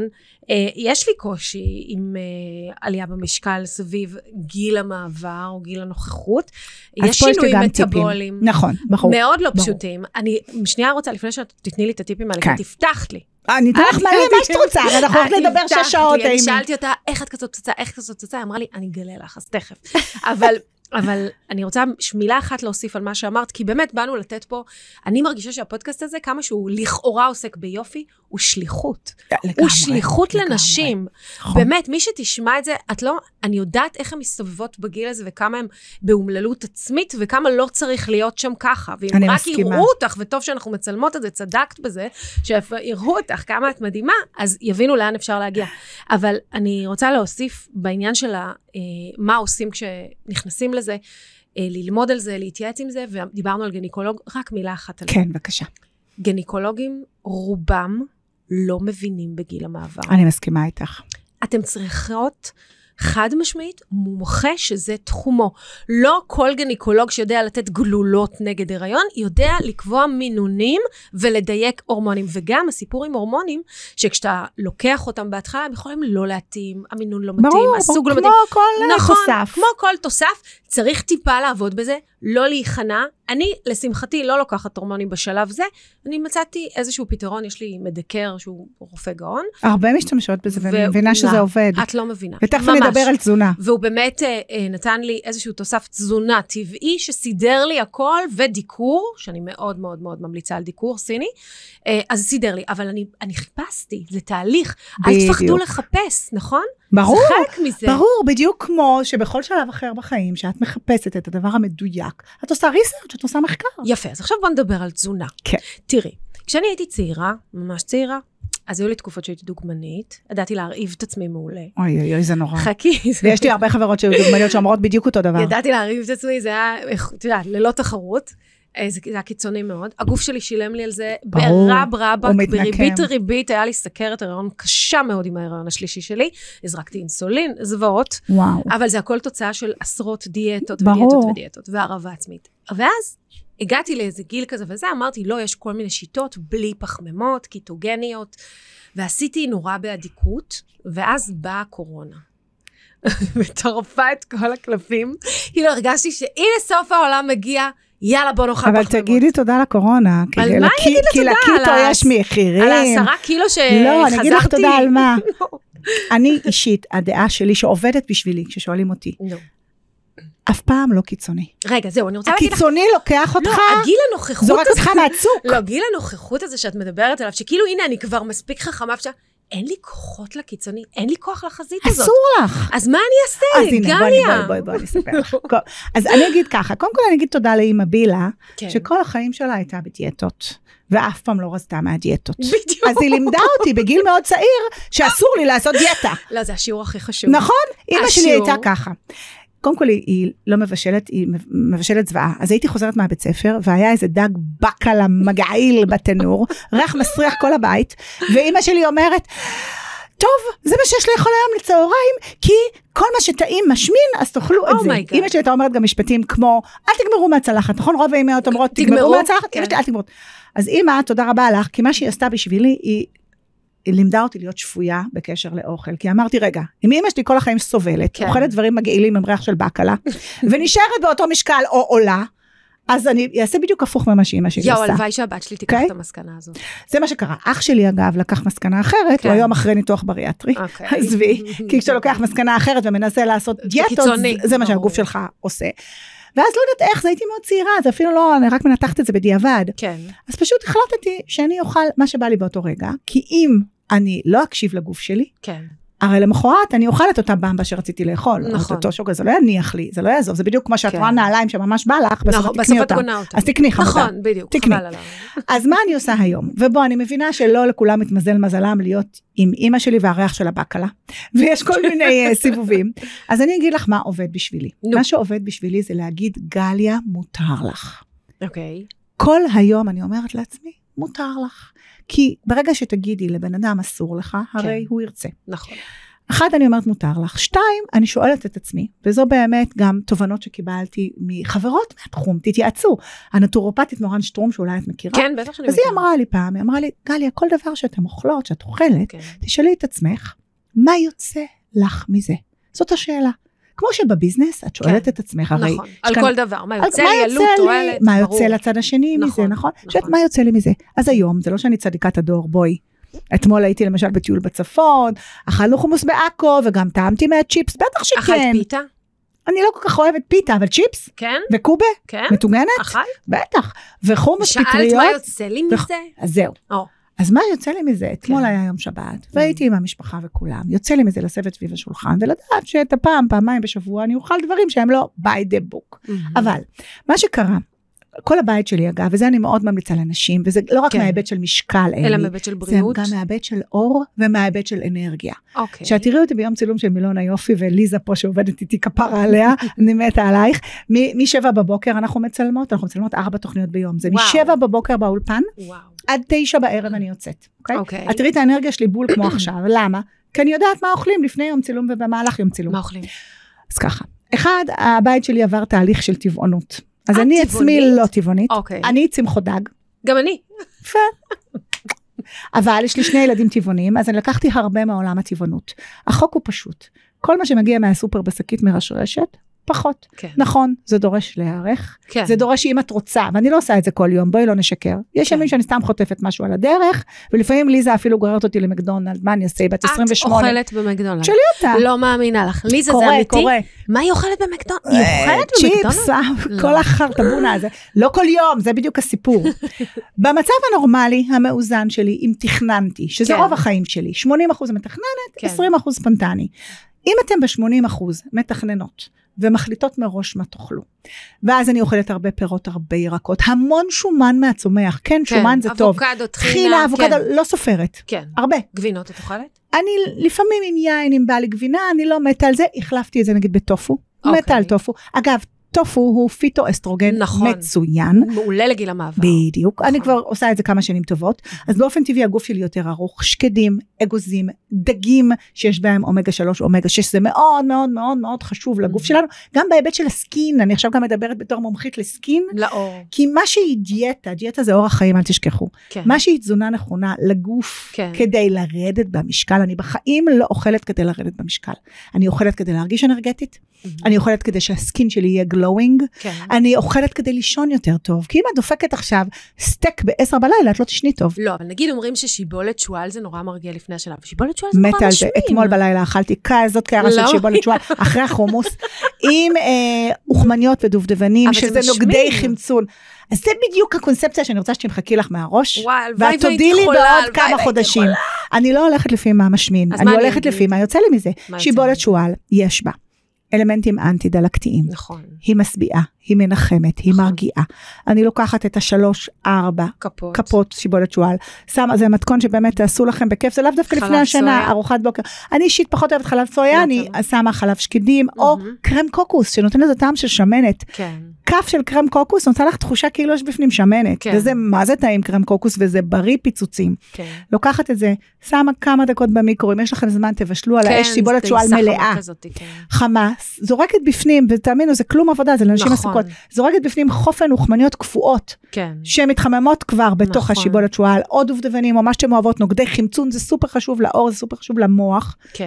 יש לי קושי עם עלייה במשקל סביב גיל המעבר, או גיל הנוכחות. יש שינויים מטאבוליים. נכון, ברור. מאוד לא פשוטים. אני שנייה רוצה, לפני שאת תתני לי את הטיפים האלה, כי תפתחת לי. אני אתן לך מלא מה שאת רוצה, אנחנו הולכים לדבר שש שעות. אני שאלתי אותה, איך את כזאת פצצה, איך כזאת פצצה, אמרה לי, אני אגלה לך, אז תכף. אבל... אבל אני רוצה מילה אחת להוסיף על מה שאמרת, כי באמת באנו לתת פה, אני מרגישה שהפודקאסט הזה, כמה שהוא לכאורה עוסק ביופי, הוא שליחות. לגמרי, הוא שליחות לגמרי. לנשים. נכון. באמת, מי שתשמע את זה, את לא, אני יודעת איך הן מסתובבות בגיל הזה, וכמה הן באומללות עצמית, וכמה לא צריך להיות שם ככה. ואם רק מסכימה. יראו אותך, וטוב שאנחנו מצלמות את זה, צדקת בזה, שיראו אותך כמה את מדהימה, אז יבינו לאן אפשר להגיע. אבל אני רוצה להוסיף בעניין של מה עושים כשנכנסים לזה, ללמוד על זה, להתייעץ עם זה, ודיברנו על גניקולוג, רק מילה אחת על זה. כן, בבקשה. גניקולוגים, רובם לא מבינים בגיל המעבר. אני מסכימה איתך. אתם צריכות חד משמעית מומחה שזה תחומו. לא כל גניקולוג שיודע לתת גלולות נגד הריון, יודע לקבוע מינונים ולדייק הורמונים. וגם הסיפור עם הורמונים, שכשאתה לוקח אותם בהתחלה, הם יכולים לא להתאים, המינון לא מתאים, ברור, הסוג לא כמו מתאים. כל נכון, תוסף. כמו כל תוסף, צריך טיפה לעבוד בזה, לא להיכנע. אני, לשמחתי, לא לוקחת הורמונים בשלב זה, אני מצאתי איזשהו פתרון, יש לי מדקר שהוא רופא גאון. הרבה משתמשות בזה, ואני מבינה שזה עובד. את לא מבינה. ותכף אני אדבר על תזונה. והוא באמת אה, אה, נתן לי איזשהו תוסף תזונה טבעי, שסידר לי הכל, ודיקור, שאני מאוד מאוד מאוד ממליצה על דיקור סיני, אה, אז סידר לי, אבל אני, אני חיפשתי, זה תהליך, אל תפחדו לחפש, נכון? ברור, זה חלק מזה. ברור, בדיוק כמו שבכל שלב אחר בחיים, שאת מחפשת את הדבר המדויק, את עושה ריסרצ', את עושה מחקר. יפה, אז עכשיו בוא נדבר על תזונה. כן. תראי, כשאני הייתי צעירה, ממש צעירה, אז היו לי תקופות שהייתי דוגמנית, ידעתי להרעיב את עצמי מעולה. אוי אוי אוי, זה נורא. חכי. ויש לי הרבה חברות שהיו דוגמניות שאומרות בדיוק אותו דבר. ידעתי להרעיב את עצמי, זה היה, אתה יודע, ללא תחרות. זה היה קיצוני מאוד. הגוף שלי שילם לי על זה ברב רבק, בריבית ריבית, היה לי סכרת הריון קשה מאוד עם ההריון השלישי שלי, הזרקתי אינסולין, זוועות, אבל זה הכל תוצאה של עשרות דיאטות ודיאטות ודיאטות, והרעבה עצמית. ואז הגעתי לאיזה גיל כזה, וזה אמרתי, לא, יש כל מיני שיטות, בלי פחמימות, קיטוגניות, ועשיתי נורא באדיקות, ואז באה הקורונה. וטרפה את כל הקלפים, כאילו הרגשתי שהנה סוף העולם מגיע, יאללה בוא נאכל פחמימות. אבל תגידי תודה לקורונה. על מה אני אגיד לה תודה? כי לקיטו יש מחירים. על העשרה קילו שחזרתי. לא, אני אגיד לך תודה על מה. אני אישית, הדעה שלי שעובדת בשבילי, כששואלים אותי, אף פעם לא קיצוני. רגע, זהו, אני רוצה להגיד לך. הקיצוני לוקח אותך, לא, הגיל הנוכחות זורק אותך מהצוק. לא, גיל הנוכחות הזה שאת מדברת עליו, שכאילו הנה אני כבר מספיק חכמה, אין לי כוחות לקיצוני, אין לי כוח לחזית הזאת. אסור לך. אז מה אני אעשה, אז הנה, בואי, בואי, בואי, אני אספר לך. אז אני אגיד ככה, קודם כל אני אגיד תודה לאמא בילה, שכל החיים שלה הייתה בדיאטות, ואף פעם לא רזתה מהדיאטות. בדיוק. אז היא לימדה אותי בגיל מאוד צעיר, שאסור לי לעשות דיאטה. לא, זה השיעור הכי חשוב. נכון? אמא שלי הייתה ככה. קודם כל היא לא מבשלת, היא מבשלת זוועה. אז הייתי חוזרת מהבית ספר, והיה איזה דג בקלה מגעיל בתנור, ריח מסריח כל הבית, ואמא שלי אומרת, טוב, זה מה שיש לאכול היום לצהריים, כי כל מה שטעים משמין, אז תאכלו את זה. אמא שלי הייתה אומרת גם משפטים כמו, אל תגמרו מהצלחת, נכון? רוב האמהות אומרות, תגמרו מהצלחת, אמא שלי, אל תגמרו. אז אמא, תודה רבה לך, כי מה שהיא עשתה בשבילי, היא היא לימדה אותי להיות שפויה בקשר לאוכל, כי אמרתי, רגע, אם אמא שלי כל החיים סובלת, כן. אוכלת דברים מגעילים עם ריח של בקלה, ונשארת באותו משקל או עולה, אז אני אעשה בדיוק הפוך ממה שאמא שלי עושה. יאו, הלוואי שהבת שלי תיקח okay? את המסקנה הזאת. זה מה שקרה. אח שלי, אגב, לקח מסקנה אחרת, כן. הוא היום אחרי ניתוח בריאטרי, okay. עזבי, כי כשאתה לוקח מסקנה אחרת ומנסה לעשות דיאטות, זה, זה מה שהגוף שלך עושה. ואז לא יודעת איך, זה הייתי מאוד צעירה, זה אפילו לא, אני רק מנתחת את זה בדיעבד. כן. אז פשוט החלטתי שאני אוכל מה שבא לי באותו רגע, כי אם אני לא אקשיב לגוף שלי, כן. הרי למחרת אני אוכל את אותה במבה שרציתי לאכול. נכון. אותו שוקר, זה לא יניח לי, זה לא יעזוב, זה בדיוק כמו שאת רואה נעליים שממש בא לך, בסוף תקני אותם. אז תקני חמודה. נכון, בדיוק. תקני. אז מה אני עושה היום? ובוא, אני מבינה שלא לכולם מתמזל מזלם להיות עם אמא שלי והריח של הבקלה, ויש כל מיני סיבובים. אז אני אגיד לך מה עובד בשבילי. מה שעובד בשבילי זה להגיד, גליה, מותר לך. אוקיי. כל היום אני אומרת לעצמי, מותר לך. כי ברגע שתגידי לבן אדם אסור לך, הרי כן. הוא ירצה. נכון. אחד, אני אומרת מותר לך. שתיים, אני שואלת את עצמי, וזו באמת גם תובנות שקיבלתי מחברות מהתחום, תתייעצו. הנטורופטית מורן שטרום, שאולי את מכירה. כן, בטח שאני מכירה. אז היא אמרה לי פעם, היא אמרה לי, גליה, כל דבר שאתם אוכלות, שאת אוכלת, כן. תשאלי את עצמך, מה יוצא לך מזה? זאת השאלה. כמו שבביזנס, את שואלת את עצמך, הרי... נכון, על כל דבר, מה יוצא לי, עלות, תועלת, מה יוצא לצד השני מזה, נכון? שאת, מה יוצא לי מזה? אז היום, זה לא שאני צדיקת הדור, בואי. אתמול הייתי למשל בטיול בצפון, אכלנו חומוס בעכו, וגם טעמתי מהצ'יפס, בטח שכן. אכלת פיתה? אני לא כל כך אוהבת פיתה, אבל צ'יפס? כן. וקובה? כן. מתוגנת? אכל? בטח. וחומוס פטריות. שאלת מה יוצא לי מזה? אז זהו. אז מה יוצא לי מזה? אתמול היה יום שבת, והייתי עם המשפחה וכולם. יוצא לי מזה לשבת סביב השולחן, ולדעת שאת הפעם, פעמיים בשבוע, אני אוכל דברים שהם לא by the book. אבל, מה שקרה, כל הבית שלי אגב, וזה אני מאוד ממליצה לאנשים, וזה לא רק מההיבט של משקל, אלא מההיבט של בריאות. זה גם מההיבט של אור, ומההיבט של אנרגיה. אוקיי. שאת תראי אותי ביום צילום של מילון היופי, וליזה פה שעובדת איתי כפרה עליה, אני מתה עלייך, משבע בבוקר אנחנו מצלמות, אנחנו מצלמות ארבע תוכניות ביום, זה משבע בבוקר באולפן, עד תשע בערב אני יוצאת. אוקיי. את תראי את האנרגיה שלי בול כמו עכשיו, למה? כי אני יודעת מה אוכלים לפני יום צילום ובמהלך יום צילום. מה אוכלים? אז ככה, אחד, הבית שלי עבר תהליך של טבעונות. אז אני עצמי לא טבעונית, אני צמחו דג. גם אני. יפה. אבל יש לי שני ילדים טבעונים, אז אני לקחתי הרבה מעולם הטבעונות. החוק הוא פשוט. כל מה שמגיע מהסופר בשקית מרשרשת, פחות. כן. נכון, זה דורש להיערך. כן. זה דורש שאם את רוצה, ואני לא עושה את זה כל יום, בואי לא נשקר. יש כן. ימים שאני סתם חוטפת משהו על הדרך, ולפעמים ליזה אפילו גוררת אותי למקדונלד, מה אני אעשה? בת עשרים ושמונה. את אוכלת במקדונלד. שלי אותה. לא מאמינה לך. ליזה קורה, זה אמיתי? קורה. מה היא אוכלת במקדונלד? היא אוכלת במקדונלד? צ'יפס, כל החרטבונה הזה. לא כל יום, זה בדיוק הסיפור. במצב הנורמלי, המאוזן שלי, אם תכננתי, שזה רוב החיים שלי, שמונים אחוז מתכננת, עשרים אחוז ספונטני. אם אתם ב-שמונים אחוז מתכננות, ומחליטות מראש מה תאכלו. ואז אני אוכלת הרבה פירות, הרבה ירקות, המון שומן מהצומח, כן, כן שומן זה טוב. אבוקדו, טחינה, טחינה, אבוקדו, כן. לא סופרת. כן. הרבה. גבינות את אוכלת? אני לפעמים עם יין, אם בא לי גבינה, אני לא מתה על זה, החלפתי את זה נגיד בטופו, אוקיי. מתה על טופו. אגב, טופו הוא פיטו-אסטרוגן נכון. מצוין. מעולה לגיל המעבר. בדיוק. נכון. אני כבר עושה את זה כמה שנים טובות. אז באופן טבעי הגוף שלי יותר ארוך, שקדים, אגוזים, דגים שיש בהם אומגה שלוש, אומגה שש, זה מאוד מאוד מאוד מאוד חשוב לגוף שלנו. גם בהיבט של הסקין, אני עכשיו גם מדברת בתור מומחית לסקין. לאור. כי מה שהיא דיאטה, דיאטה זה אורח חיים, אל תשכחו. כן. מה שהיא תזונה נכונה לגוף, כן. כדי לרדת במשקל, אני בחיים לא אוכלת כדי לרדת במשקל. אני אוכלת כדי להרגיש אנרגטית. אני אוכלת כדי שהסקין שלי יהיה גלואינג, אני אוכלת כדי לישון יותר טוב, כי אם את דופקת עכשיו סטייק בעשר בלילה, את לא תשני טוב. לא, אבל נגיד אומרים ששיבולת שועל זה נורא מרגיע לפני השלב, ושיבולת שועל זה נורא משמין. אתמול בלילה אכלתי כזאת קערה של שיבולת שועל, אחרי החומוס, עם אוכמניות ודובדבנים, שזה נוגדי חמצון. אז זה בדיוק הקונספציה שאני רוצה שתמחקי לך מהראש, ואת תודי לי בעוד כמה חודשים. אני לא הולכת לפי מה משמין, אני הולכת לפי מה יוצא לי מזה. שיבולת שועל, יש בה אלמנטים אנטי-דלקתיים. נכון. היא מסביעה, היא מנחמת, היא נכון. מרגיעה. אני לוקחת את השלוש, ארבע, כפות, כפות שיבולת שועל. שמה, זה מתכון שבאמת תעשו לכם בכיף, זה לאו דווקא לפני השנה, ארוחת בוקר. אני אישית פחות אוהבת חלב סויה, אני שמה חלב שקדים, או קרם קוקוס, שנותן לזה טעם של שמנת. כן. כף של קרם קוקוס, נוצא לך תחושה כאילו יש בפנים שמנת. כן. וזה, מה זה טעים קרם קוקוס, וזה בריא פיצוצים. כן. לוקחת את זה, שמה כמה דקות במיקרו, אם יש לכם זמן, תבשלו על האש שיבולת שועל מלאה. חמה, זורקת בפנים, ותאמינו, זה כלום עבודה, זה לאנשים עסוקות. זורקת בפנים חופן וחמניות קפואות, כן. שמתחממות כבר בתוך נכון. השיבולת שועל, או דובדבנים, או מה שאתם אוהבות, נוגדי חמצון, זה סופר חשוב לאור, זה סופר חשוב למוח. כן.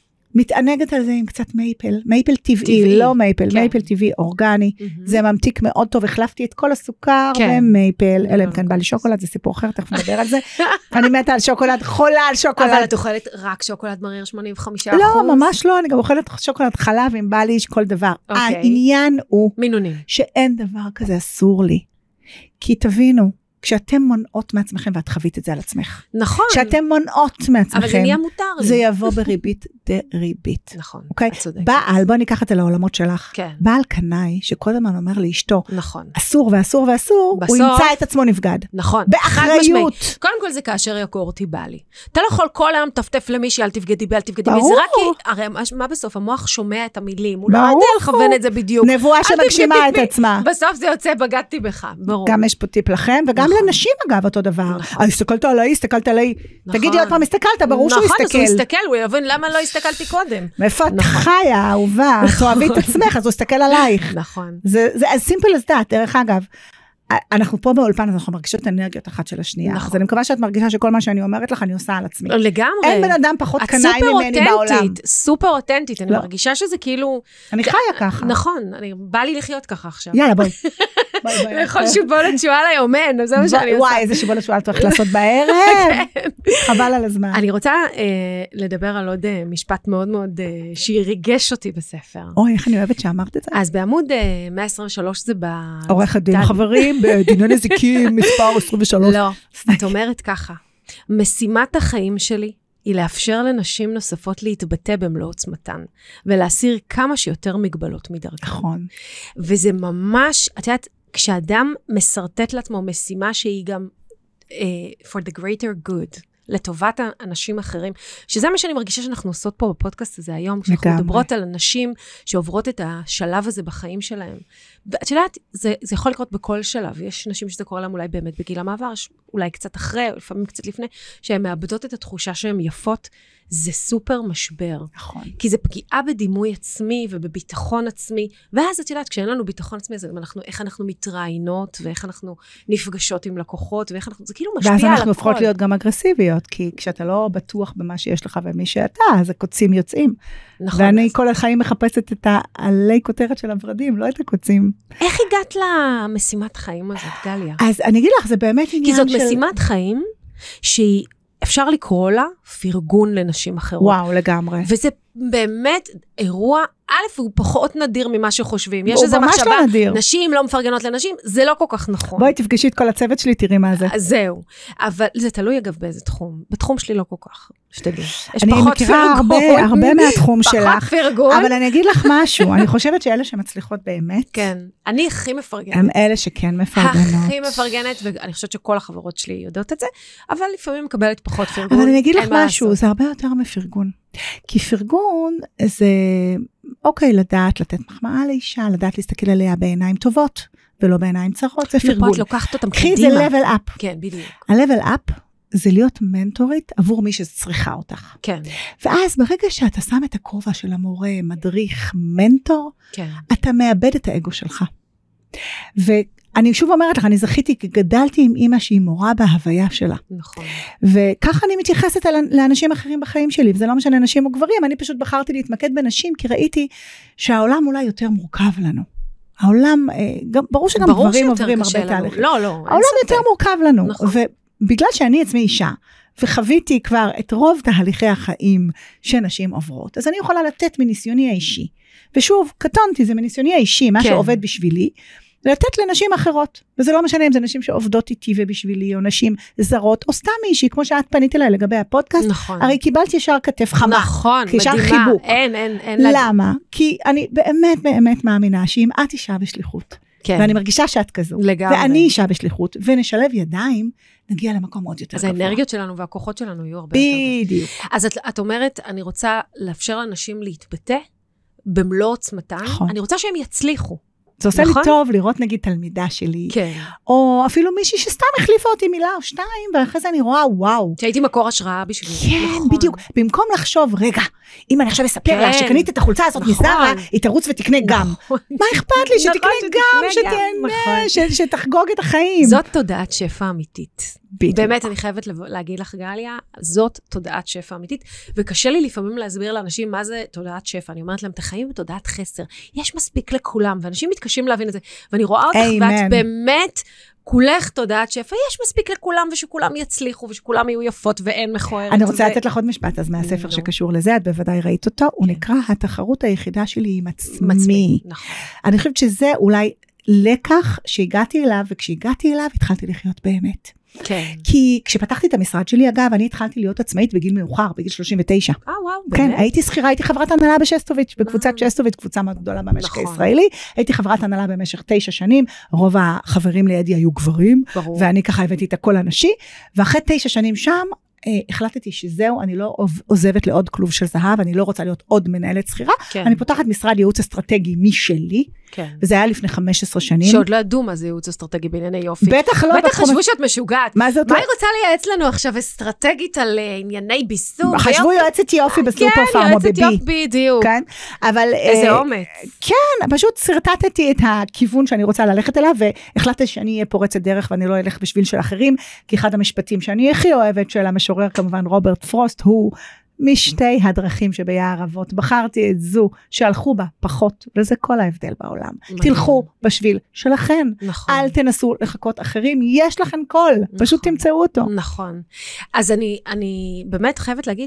מתענגת על זה עם קצת מייפל, מייפל טבעי, טבעי. לא מייפל, כן. מייפל טבעי, אורגני, mm-hmm. זה ממתיק מאוד טוב, החלפתי את כל הסוכר כן. ומייפל, אלא אם כן בא לי שוקולד, זה סיפור אחר, תכף נדבר על זה, אני מתה על שוקולד, חולה על שוקולד. אבל את אוכלת רק שוקולד מריר שמונים וחמישה אחוז? לא, ממש לא, אני גם אוכלת שוקולד חלב, אם בא לי כל דבר. Okay. העניין הוא, מינונים. שאין דבר כזה אסור לי, כי תבינו, כשאתם מונעות מעצמכם, ואת חווית את זה על עצמך. נכון. כשאתם מונעות מעצמכם, אבל זה נהיה מותר לי. זה יבוא בריבית דריבית. נכון, אוקיי? את צודקת. בעל, בוא ניקח את זה לעולמות שלך. כן. בעל קנאי, שקודם אני אומר לאשתו, נכון. אסור ואסור ואסור, בסוף, הוא ימצא את עצמו נפגד. נכון. באחריות. קודם כל זה כאשר יקור אותי בא לי. אתה לא יכול כל היום טפטף למישהי, אל תפגדי בי, אל תפגדי בי. זה רק כי, הרי מה בסוף? המוח שומע את המילים. הוא לא יודע לכוון את זה בדיוק. נבואה שמגשימה את עצמה. בסוף זה יוצא, בגדתי בך. ברור. גם יש פה טיפ לכם, וגם לנשים אגב אותו דבר. אה, הסתכלת עליי, הסתכלת עליי. תגידי עוד פעם, הסתכלת, ברור שהוא הסתכל. נכון, אז הוא הסתכל, הוא יבין למה לא הסתכלתי קודם. מאיפה את חיה, אהובה, תאהבי את עצמך, אז הוא הסתכל עלייך. נכון. זה as simple as that, דרך אגב. אנחנו פה באולפן, אז אנחנו מרגישות אנרגיות אחת של השנייה. אז אני מקווה שאת מרגישה שכל מה שאני אומרת לך, אני עושה על עצמי. לגמרי. אין בן אדם פחות קנאי ממני בעולם. סופר אותנטית, אני מרגישה שזה כאילו... אני חיה ככה. נכון, בא לי לחיות ככה עכשיו. יאללה, בואי. לאכול שיבולת שועל היומן, זה מה שאני עושה. וואי, איזה שיבולת שועל צריך לעשות בערב. חבל על הזמן. אני רוצה לדבר על עוד משפט מאוד מאוד שיריגש אותי בספר. אוי, איך אני אוהבת שאמרת את זה. אז בעמוד מאה עשרים ושלוש זה ב... עורך הדין חברים, בדיני נזיקים, מספר עשרים ושלוש. לא, את אומרת ככה, משימת החיים שלי היא לאפשר לנשים נוספות להתבטא במלוא עוצמתן, ולהסיר כמה שיותר מגבלות מדרכם. נכון. וזה ממש, את יודעת, כשאדם מסרטט לעצמו משימה שהיא גם uh, for the greater good, לטובת אנשים אחרים, שזה מה שאני מרגישה שאנחנו עושות פה בפודקאסט הזה היום, כשאנחנו מדברות על אנשים שעוברות את השלב הזה בחיים שלהם. ואת יודעת, זה, זה יכול לקרות בכל שלב. יש נשים שזה קורה להם אולי באמת בגיל המעבר, אולי קצת אחרי, או לפעמים קצת לפני, שהן מאבדות את התחושה שהן יפות, זה סופר משבר. נכון. כי זה פגיעה בדימוי עצמי ובביטחון עצמי, ואז את יודעת, כשאין לנו ביטחון עצמי, זה גם אנחנו, איך אנחנו מתראיינות, ואיך אנחנו נפגשות עם לקוחות, ואיך אנחנו, זה כאילו משפיע על הכל. ואז אנחנו הופכות להיות גם אגרסיביות, כי כשאתה לא בטוח במה שיש לך ומי שאתה, אז הקוצים יוצאים. נכון. ואני כל החיים מחפשת את העלי כותרת של הוורדים, לא את הקוצים. איך הגעת למשימת חיים הזאת, גליה? אז אני אגיד לך, זה באמת עניין של... כי זאת משימת חיים שהיא אפשר לקרוא לה פרגון לנשים אחרות. וואו, לגמרי. וזה באמת אירוע א', הוא פחות נדיר ממה שחושבים. יש איזו מחשבה, נשים לא מפרגנות לנשים, זה לא כל כך נכון. בואי תפגשי את כל הצוות שלי, תראי מה זה. זהו. אבל זה תלוי אגב באיזה תחום. בתחום שלי לא כל כך. שתדעו. אני מכירה הרבה, הרבה מהתחום שלך. פחות פרגון. אבל אני אגיד לך משהו, אני חושבת שאלה שמצליחות באמת. כן. אני הכי מפרגנת. הם אלה שכן מפרגנות. הכי מפרגנת, ואני חושבת שכל החברות שלי יודעות את זה, אבל לפעמים מקבלת פחות פרגון. אבל אני אגיד לך משהו, זה הרבה יותר מפרגון. כי פרגון זה, אוקיי, לדעת לתת מחמאה לאישה, לדעת להסתכל עליה בעיניים טובות, ולא בעיניים צרות, זה פרגון. את לוקחת אותם קדימה. זה level up. כן, בדיוק. ה-level up זה להיות מנטורית עבור מי שצריכה אותך. כן. ואז ברגע שאתה שם את הכובע של המורה, מדריך, מנטור, כן. אתה מאבד את האגו שלך. ואני שוב אומרת לך, אני זכיתי, כי גדלתי עם אמא שהיא מורה בהוויה שלה. נכון. וככה אני מתייחסת לאנשים אחרים בחיים שלי, וזה לא משנה נשים או גברים, אני פשוט בחרתי להתמקד בנשים, כי ראיתי שהעולם אולי יותר מורכב לנו. העולם, גם, ברור שגם ברור גברים עוברים הרבה תהליכים. לא, לא. העולם יותר מורכב לנו. נכון. ובגלל שאני עצמי אישה, וחוויתי כבר את רוב תהליכי החיים שנשים עוברות, אז אני יכולה לתת מניסיוני האישי. ושוב, קטונתי, זה מניסיוני האישי, מה כן. שעובד בשבילי, לתת לנשים אחרות, וזה לא משנה אם זה נשים שעובדות איתי ובשבילי, או נשים זרות, או סתם מישהי, כמו שאת פנית אליי לגבי הפודקאסט, נכון. הרי קיבלת ישר כתף חמה, נכון, כי ישר מדהימה, חיבוק. אין, אין, אין. למה? לה... כי אני באמת באמת מאמינה, שאם את אישה בשליחות, כן. ואני מרגישה שאת כזו, לגמרי. ואני אישה בשליחות, ונשלב ידיים, נגיע למקום עוד יותר אז גבוה. האנרגיות שלנו והכוחות שלנו יהיו הרבה יותר. בדיוק. אז את, את אומרת, אני רוצה לאפשר לאנשים להתבטא, במלוא עוצמתן, נכון. אני רוצה שהם יצליחו. זה עושה נכון? לי טוב לראות נגיד תלמידה שלי, כן. או אפילו מישהי שסתם החליפה אותי מילה או שתיים, ואחרי זה אני רואה וואו. שהייתי מקור השראה בשבילי. כן, נכון. בדיוק. במקום לחשוב, רגע, אם אני עכשיו אספר כן. לה שקנית את החולצה הזאת נכון. מזרה, היא תרוץ ותקנה גם. נכון. מה אכפת לי? שתקנה נכון, גם, שתקנה גם. שתהנה, נכון. ש- שתחגוג את החיים. זאת תודעת שפע אמיתית. בדיוק. באמת, אני חייבת להגיד לך, גליה, זאת תודעת שפע אמיתית, וקשה לי לפעמים להסביר לאנשים מה זה תודעת שפע. אני אומרת להם, אתם חיים בתודעת חסר. יש מספיק לכולם, ואנשים מתקשים להבין את זה. ואני רואה אותך, ואת באמת, כולך תודעת שפע, יש מספיק לכולם, ושכולם יצליחו, ושכולם יהיו יפות, ואין מכוערת. אני רוצה לתת לך עוד משפט, אז מהספר שקשור לזה, את בוודאי ראית אותו, הוא נקרא, התחרות היחידה שלי עם עצמי. נכון. אני חושבת שזה אולי לקח שהגעתי אליו, וכשהגעתי אליו התחלתי לחיות באמת. כן. כי כשפתחתי את המשרד שלי, אגב, אני התחלתי להיות עצמאית בגיל מאוחר, בגיל שלושים ותשע. אה, וואו, כן, באמת? הייתי שכירה, הייתי חברת הנהלה בשסטוביץ', בקבוצת שסטוביץ', קבוצה מאוד גדולה במשק הישראלי. הייתי חברת הנהלה במשך תשע שנים, רוב החברים לידי היו גברים, ואני ככה הבאתי את הכל הנשי, ואחרי תשע שנים שם, החלטתי שזהו, אני לא עוזבת לעוד כלוב של זהב, אני לא רוצה להיות עוד מנהלת שכירה, אני פותחת משרד ייעוץ אסטרטגי משלי, וזה היה לפני חמש עשרה שנים. שעוד לא ידעו מה זה ייעוץ אסטרטגי בענייני יופי. בטח לא. בטח חשבו שאת משוגעת. מה זאת? מה היא רוצה לייעץ לנו עכשיו אסטרטגית על ענייני ביסום? חשבו יועצת יופי בסופר פארם או בבי. כן, יועצת יופי, בדיוק. כן, אבל... איזה אומץ. כן, פשוט סרטטתי את הכיוון שאני רוצה ללכת אליו, והחלטתי שאני אהיה פורצת דרך, ואני לא אלך בשביל של אחרים, כי אחד המשפטים שאני הכי אוהבת של המשורר, כמובן רוברט פרוסט, הוא משתי הדרכים שביער אבות. בחרתי את זו שהלכו בה פחות, וזה כל ההבדל בעולם. תלכו בשביל שלכם. נכון. אל תנסו לחכות אחרים, יש לכם קול, פשוט תמצאו אותו. נכון. אז אני, אני באמת חייבת להגיד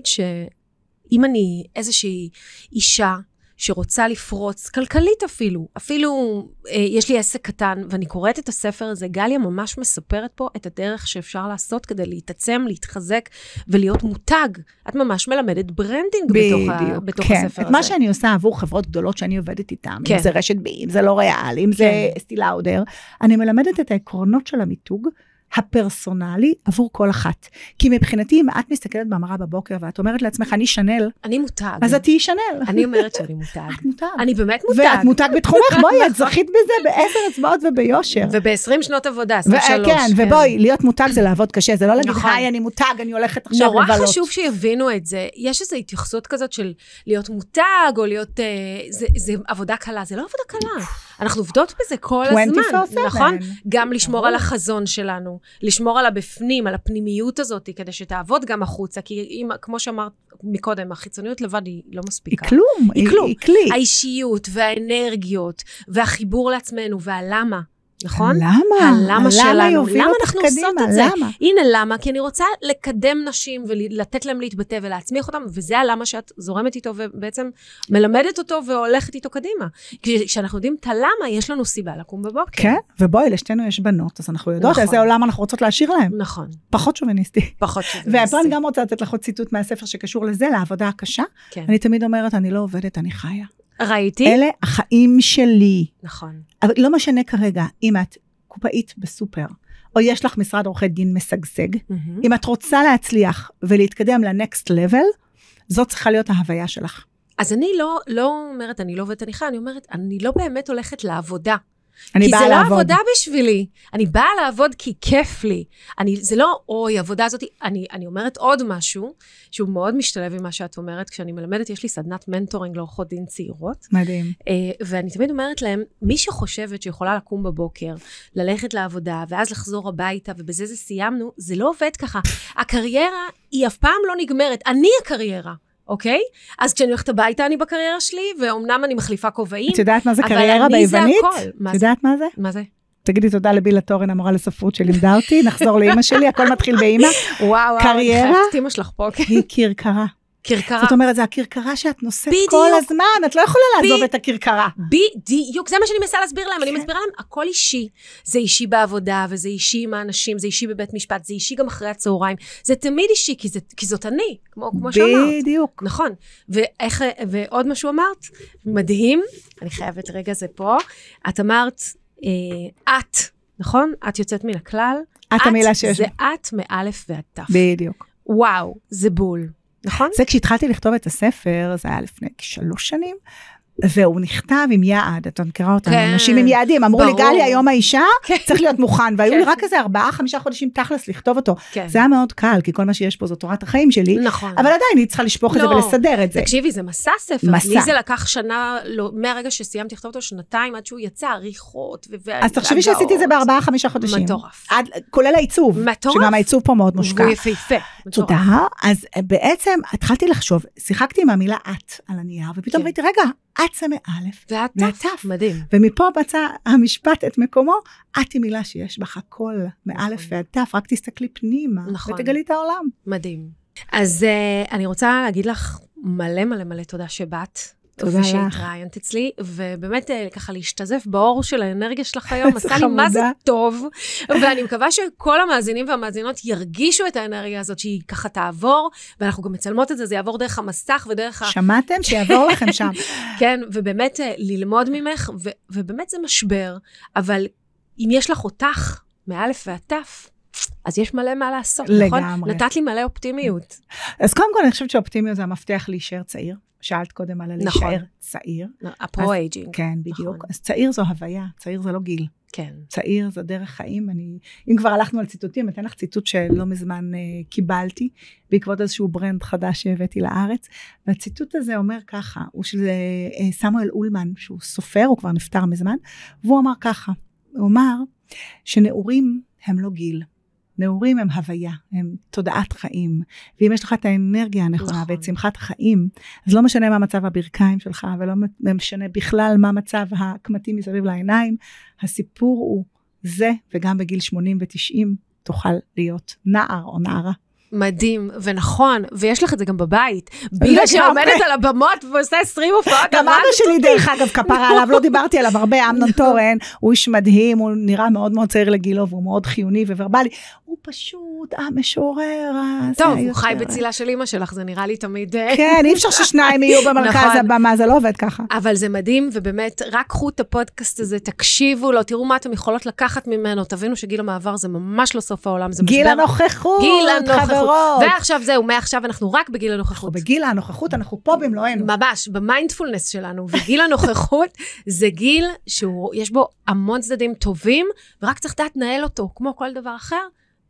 שאם אני איזושהי אישה, שרוצה לפרוץ, כלכלית אפילו, אפילו אה, יש לי עסק קטן, ואני קוראת את הספר הזה, גליה ממש מספרת פה את הדרך שאפשר לעשות, כדי להתעצם, להתחזק, ולהיות מותג. את ממש מלמדת ברנדינג בתוך, ה, בתוך כן. הספר את הזה. מה שאני עושה עבור חברות גדולות שאני עובדת איתן, כן. אם זה רשת בי, אם זה לא ריאל, אם כן. זה אסתי לאודר, אני מלמדת את העקרונות של המיתוג, הפרסונלי עבור כל אחת. כי מבחינתי, אם את מסתכלת במראה בבוקר, ואת אומרת לעצמך, אני שנל, אני מותג. אז את תהיי שנל. אני אומרת שאני מותג. את מותג. אני באמת מותג. ואת מותג בתחומך, בואי, את זכית בזה בעשר אצבעות וביושר. וב-עשרים שנות עבודה, עשרים ושלוש. כן, ובואי, להיות מותג זה לעבוד קשה, זה לא להגיד, היי, אני מותג, אני הולכת עכשיו לבלות. נורא חשוב שיבינו את זה. יש איזו התייחסות כזאת של להיות מותג, או להיות, זה עבודה קלה. זה לא עבודה קלה. אנחנו עובדות בזה כל הזמן, נכון? גם לשמור על החזון שלנו, לשמור על הבפנים, על הפנימיות הזאת, כדי שתעבוד גם החוצה, כי אם, כמו שאמרת מקודם, החיצוניות לבד היא לא מספיקה. היא כלום, היא כלום. היא כלי. האישיות והאנרגיות, והחיבור לעצמנו, והלמה, נכון? למה? הלמה שלנו. למה אנחנו קדימה? עושות את זה? למה? הנה למה, כי אני רוצה לקדם נשים ולתת להם להתבטא ולהצמיח אותם, וזה הלמה שאת זורמת איתו ובעצם מלמדת אותו והולכת איתו קדימה. כי כשאנחנו יודעים את הלמה, יש לנו סיבה לקום בבוקר. כן, ובואי, לשתינו יש בנות, אז אנחנו יודעות איזה עולם אנחנו רוצות להשאיר להם. נכון. פחות שוביניסטי. פחות שוביניסטי. ופה אני גם רוצה לתת לך עוד ציטוט מהספר שקשור לזה, לעבודה הקשה. אני תמיד אומרת, אני לא עובדת, אני חיה. ראיתי? אלה החיים שלי. נכון. אבל לא משנה כרגע, אם את קופאית בסופר, או יש לך משרד עורכי דין משגשג, mm-hmm. אם את רוצה להצליח ולהתקדם לנקסט לבל, זאת צריכה להיות ההוויה שלך. אז אני לא, לא אומרת, אני לא עובדת, אני חיה, אני אומרת, אני לא באמת הולכת לעבודה. אני באה לעבוד. כי זה לא עבודה בשבילי. אני באה לעבוד כי כיף לי. אני, זה לא, אוי, עבודה הזאת, אני, אני אומרת עוד משהו, שהוא מאוד משתלב עם מה שאת אומרת, כשאני מלמדת, יש לי סדנת מנטורינג לעורכות דין צעירות. מדהים. ואני תמיד אומרת להם, מי שחושבת שיכולה לקום בבוקר, ללכת לעבודה, ואז לחזור הביתה, ובזה זה סיימנו, זה לא עובד ככה. הקריירה היא אף פעם לא נגמרת. אני הקריירה. אוקיי? אז כשאני הולכת הביתה, אני בקריירה שלי, ואומנם אני מחליפה כובעים. את יודעת מה זה קריירה ביוונית? את יודעת מה זה? מה זה? תגידי תודה לבילה תורן, המורה לספרות שלימדה אותי, נחזור לאמא שלי, הכל מתחיל באמא. וואו, קריירה אמא שלך פה. היא קרקרה. קרקרה. זאת אומרת, זה הקרקרה שאת נושאת כל הזמן, את לא יכולה לעזוב את הקרקרה. בדיוק, זה מה שאני מנסה להסביר להם, אני מסבירה להם, הכל אישי. זה אישי בעבודה, וזה אישי עם האנשים, זה אישי בבית משפט, זה אישי גם אחרי הצהריים. זה תמיד אישי, כי זאת אני, כמו שאמרת. בדיוק. נכון. ועוד משהו אמרת, מדהים, אני חייבת רגע זה פה, את אמרת, את, נכון? את יוצאת מן הכלל. את המילה שיש. זה את מאלף ועד תף. בדיוק. וואו, זה בול. נכון? זה כשהתחלתי לכתוב את הספר, זה היה לפני שלוש שנים, והוא נכתב עם יעד, אתה מכירה אותנו, כן, אנשים עם יעדים, אמרו לי, גלי, היום האישה, כן. צריך להיות מוכן, והיו כן. לי רק איזה ארבעה, חמישה חודשים תכלס לכתוב אותו. כן. זה היה מאוד קל, כי כל מה שיש פה זו תורת החיים שלי, נכון. אבל עדיין אני צריכה לשפוך לא. את זה ולסדר את זה. תקשיבי, זה מסע ספר, מסע. לי זה לקח שנה, לא, מהרגע שסיימתי לכתוב אותו, שנתיים עד שהוא יצא, עריכות, ו- אז תחשבי שעשיתי את זה בארבעה, חמישה חודשים. מטורף. עד, כולל העיצוב, מטורף. שגם העיצוב פה מאוד מושקע. הוא יפהפה. תודה, אז בעצם התחלתי לחשוב, שיחקתי עם המילה את על הנייר, ופתאום ראיתי, רגע, את זה מאלף, ועטף, מדהים. ומפה בצע המשפט את מקומו, את היא מילה שיש בך הכל, מאלף ועטף, רק תסתכלי פנימה, ותגלי את העולם. מדהים. אז אני רוצה להגיד לך מלא מלא מלא תודה שבאת. תודה לך. ושהתראיינת אצלי, ובאמת ככה להשתזף באור של האנרגיה שלך היום, עשה לי מה זה טוב, ואני מקווה שכל המאזינים והמאזינות ירגישו את האנרגיה הזאת, שהיא ככה תעבור, ואנחנו גם מצלמות את זה, זה יעבור דרך המסך ודרך ה... שמעתם? שיעבור לכם שם. כן, ובאמת ללמוד ממך, ו- ובאמת זה משבר, אבל אם יש לך אותך, מאלף ועד תף, אז יש מלא מה לעשות, נכון? לגמרי. נתת לי מלא אופטימיות. אז קודם כל, אני חושבת שאופטימיות זה המפתח להישאר צעיר. שאלת קודם על להישאר צעיר. הפרו-אייג'ינג. כן, בדיוק. אז צעיר זו הוויה, צעיר זה לא גיל. כן. צעיר זה דרך חיים. אני, אם כבר הלכנו על ציטוטים, אתן לך ציטוט שלא מזמן uh, קיבלתי, בעקבות איזשהו ברנד חדש שהבאתי לארץ, והציטוט הזה אומר ככה, הוא של uh, סמואל אולמן, שהוא סופר, הוא כבר נפטר מזמן, והוא אמר ככה, הוא אמר שנעורים הם לא גיל. נעורים הם הוויה, הם תודעת חיים, ואם יש לך את האנרגיה הנכונה נכון. ואת שמחת החיים, אז לא משנה מה מצב הברכיים שלך, ולא משנה בכלל מה מצב הקמטים מסביב לעיניים, הסיפור הוא זה, וגם בגיל שמונים ותשעים תוכל להיות נער או נערה. מדהים, ונכון, ויש לך את זה גם בבית. בילה שעומדת על הבמות ועושה עשרים הופעות. גם אבא שלי דרך אגב כפרה עליו, לא דיברתי עליו הרבה, אמנון תורן, הוא איש מדהים, הוא נראה מאוד מאוד צעיר לגילו, והוא מאוד חיוני וורבלי. הוא פשוט המשורר. טוב, הוא חי בצילה של אמא שלך, זה נראה לי תמיד... כן, אי אפשר ששניים יהיו במרכז הבמה, זה לא עובד ככה. אבל זה מדהים, ובאמת, רק קחו את הפודקאסט הזה, תקשיבו לו, תראו מה אתם יכולות לקחת ממנו, תבינו שגיל המעבר זה ממש לא סוף העולם, זה גיל הנוכחות, חברות. ועכשיו זהו, מעכשיו אנחנו רק בגיל הנוכחות. בגיל הנוכחות, אנחנו פה במלואנו. ממש, במיינדפולנס שלנו, וגיל הנוכחות זה גיל שיש בו המון צדדים טובים, ורק צריך לדעת לנהל אותו, כמו כל דבר אחר,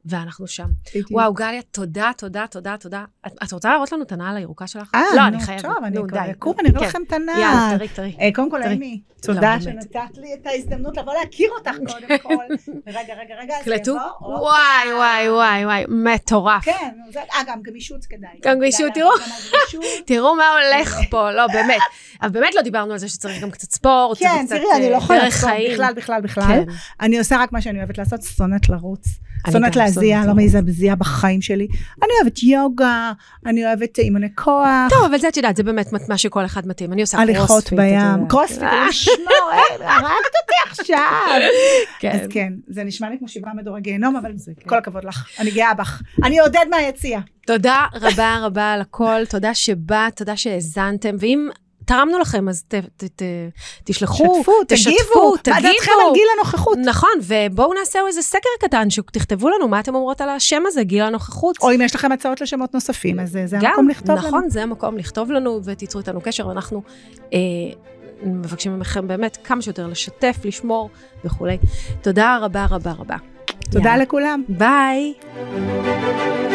ואנחנו שם. וואו, גליה, תודה, תודה, תודה, תודה. את, את רוצה להראות לנו את הנעל הירוקה שלך? אה, לא, נו, אני חייבת. טוב, אני נו, כבר די. אקום, אני אראה כן. לכם את הנעל. יאללה, תראי, תראי. אה, קודם כל, תראי. אמי, לא, תודה באמת. שנתת לי את ההזדמנות לבוא להכיר אותך קודם כל. רגע, רגע, רגע, זה קלטו? יבוא. וואי, וואי, וואי, וואי, מטורף. כן, זה- אה, גם גמישות כדאי. גם גמישות, כדאי תראו. לעשות גם גמישות. תראו מה הולך פה, לא, באמת. אבל באמת לא דיברנו על זה שצריך גם קצת ספורט, כן, וקצת, תראי, אני לא אה, יכולה דרך לעשות חיים. בכלל, בכלל, בכלל. כן. אני עושה רק מה שאני אוהבת לעשות, שונאת לרוץ. אני שונאת גם להזיע, שונאת לא לרוץ. מעיזה בזיעה בחיים שלי. אני אוהבת יוגה, אני אוהבת אימוני כוח, טוב, אבל זה את יודעת, זה באמת מה שכל אחד מתאים. אני עושה הליכות קרוספיט. את בים. יודעת. קרוספיט, אה, לשמור, הרגת אותי עכשיו. כן. אז כן, זה נשמע לי כמו שבעה מדורי גיהנום, אבל זה כן. כל הכבוד לך, אני גאה בך. אני עודד מהיציאה. תודה רבה רבה על הכל, תודה שבאת, תודה שהאזנתם, ואם תרמנו לכם, אז ת, ת, ת, תשלחו, שתפו, תשתפו, תגיבו. מה תגיבו. דעתכם על גיל הנוכחות? נכון, ובואו נעשה איזה סקר קטן, שתכתבו לנו מה אתם אומרות על השם הזה, גיל הנוכחות. או אם יש לכם הצעות לשמות נוספים, אז זה גם, המקום לכתוב לנו. נכון, זה המקום לכתוב לנו, ותיצרו איתנו קשר, ואנחנו אה, מבקשים מכם באמת כמה שיותר לשתף, לשמור וכולי. תודה רבה רבה רבה. תודה יאללה. לכולם. ביי.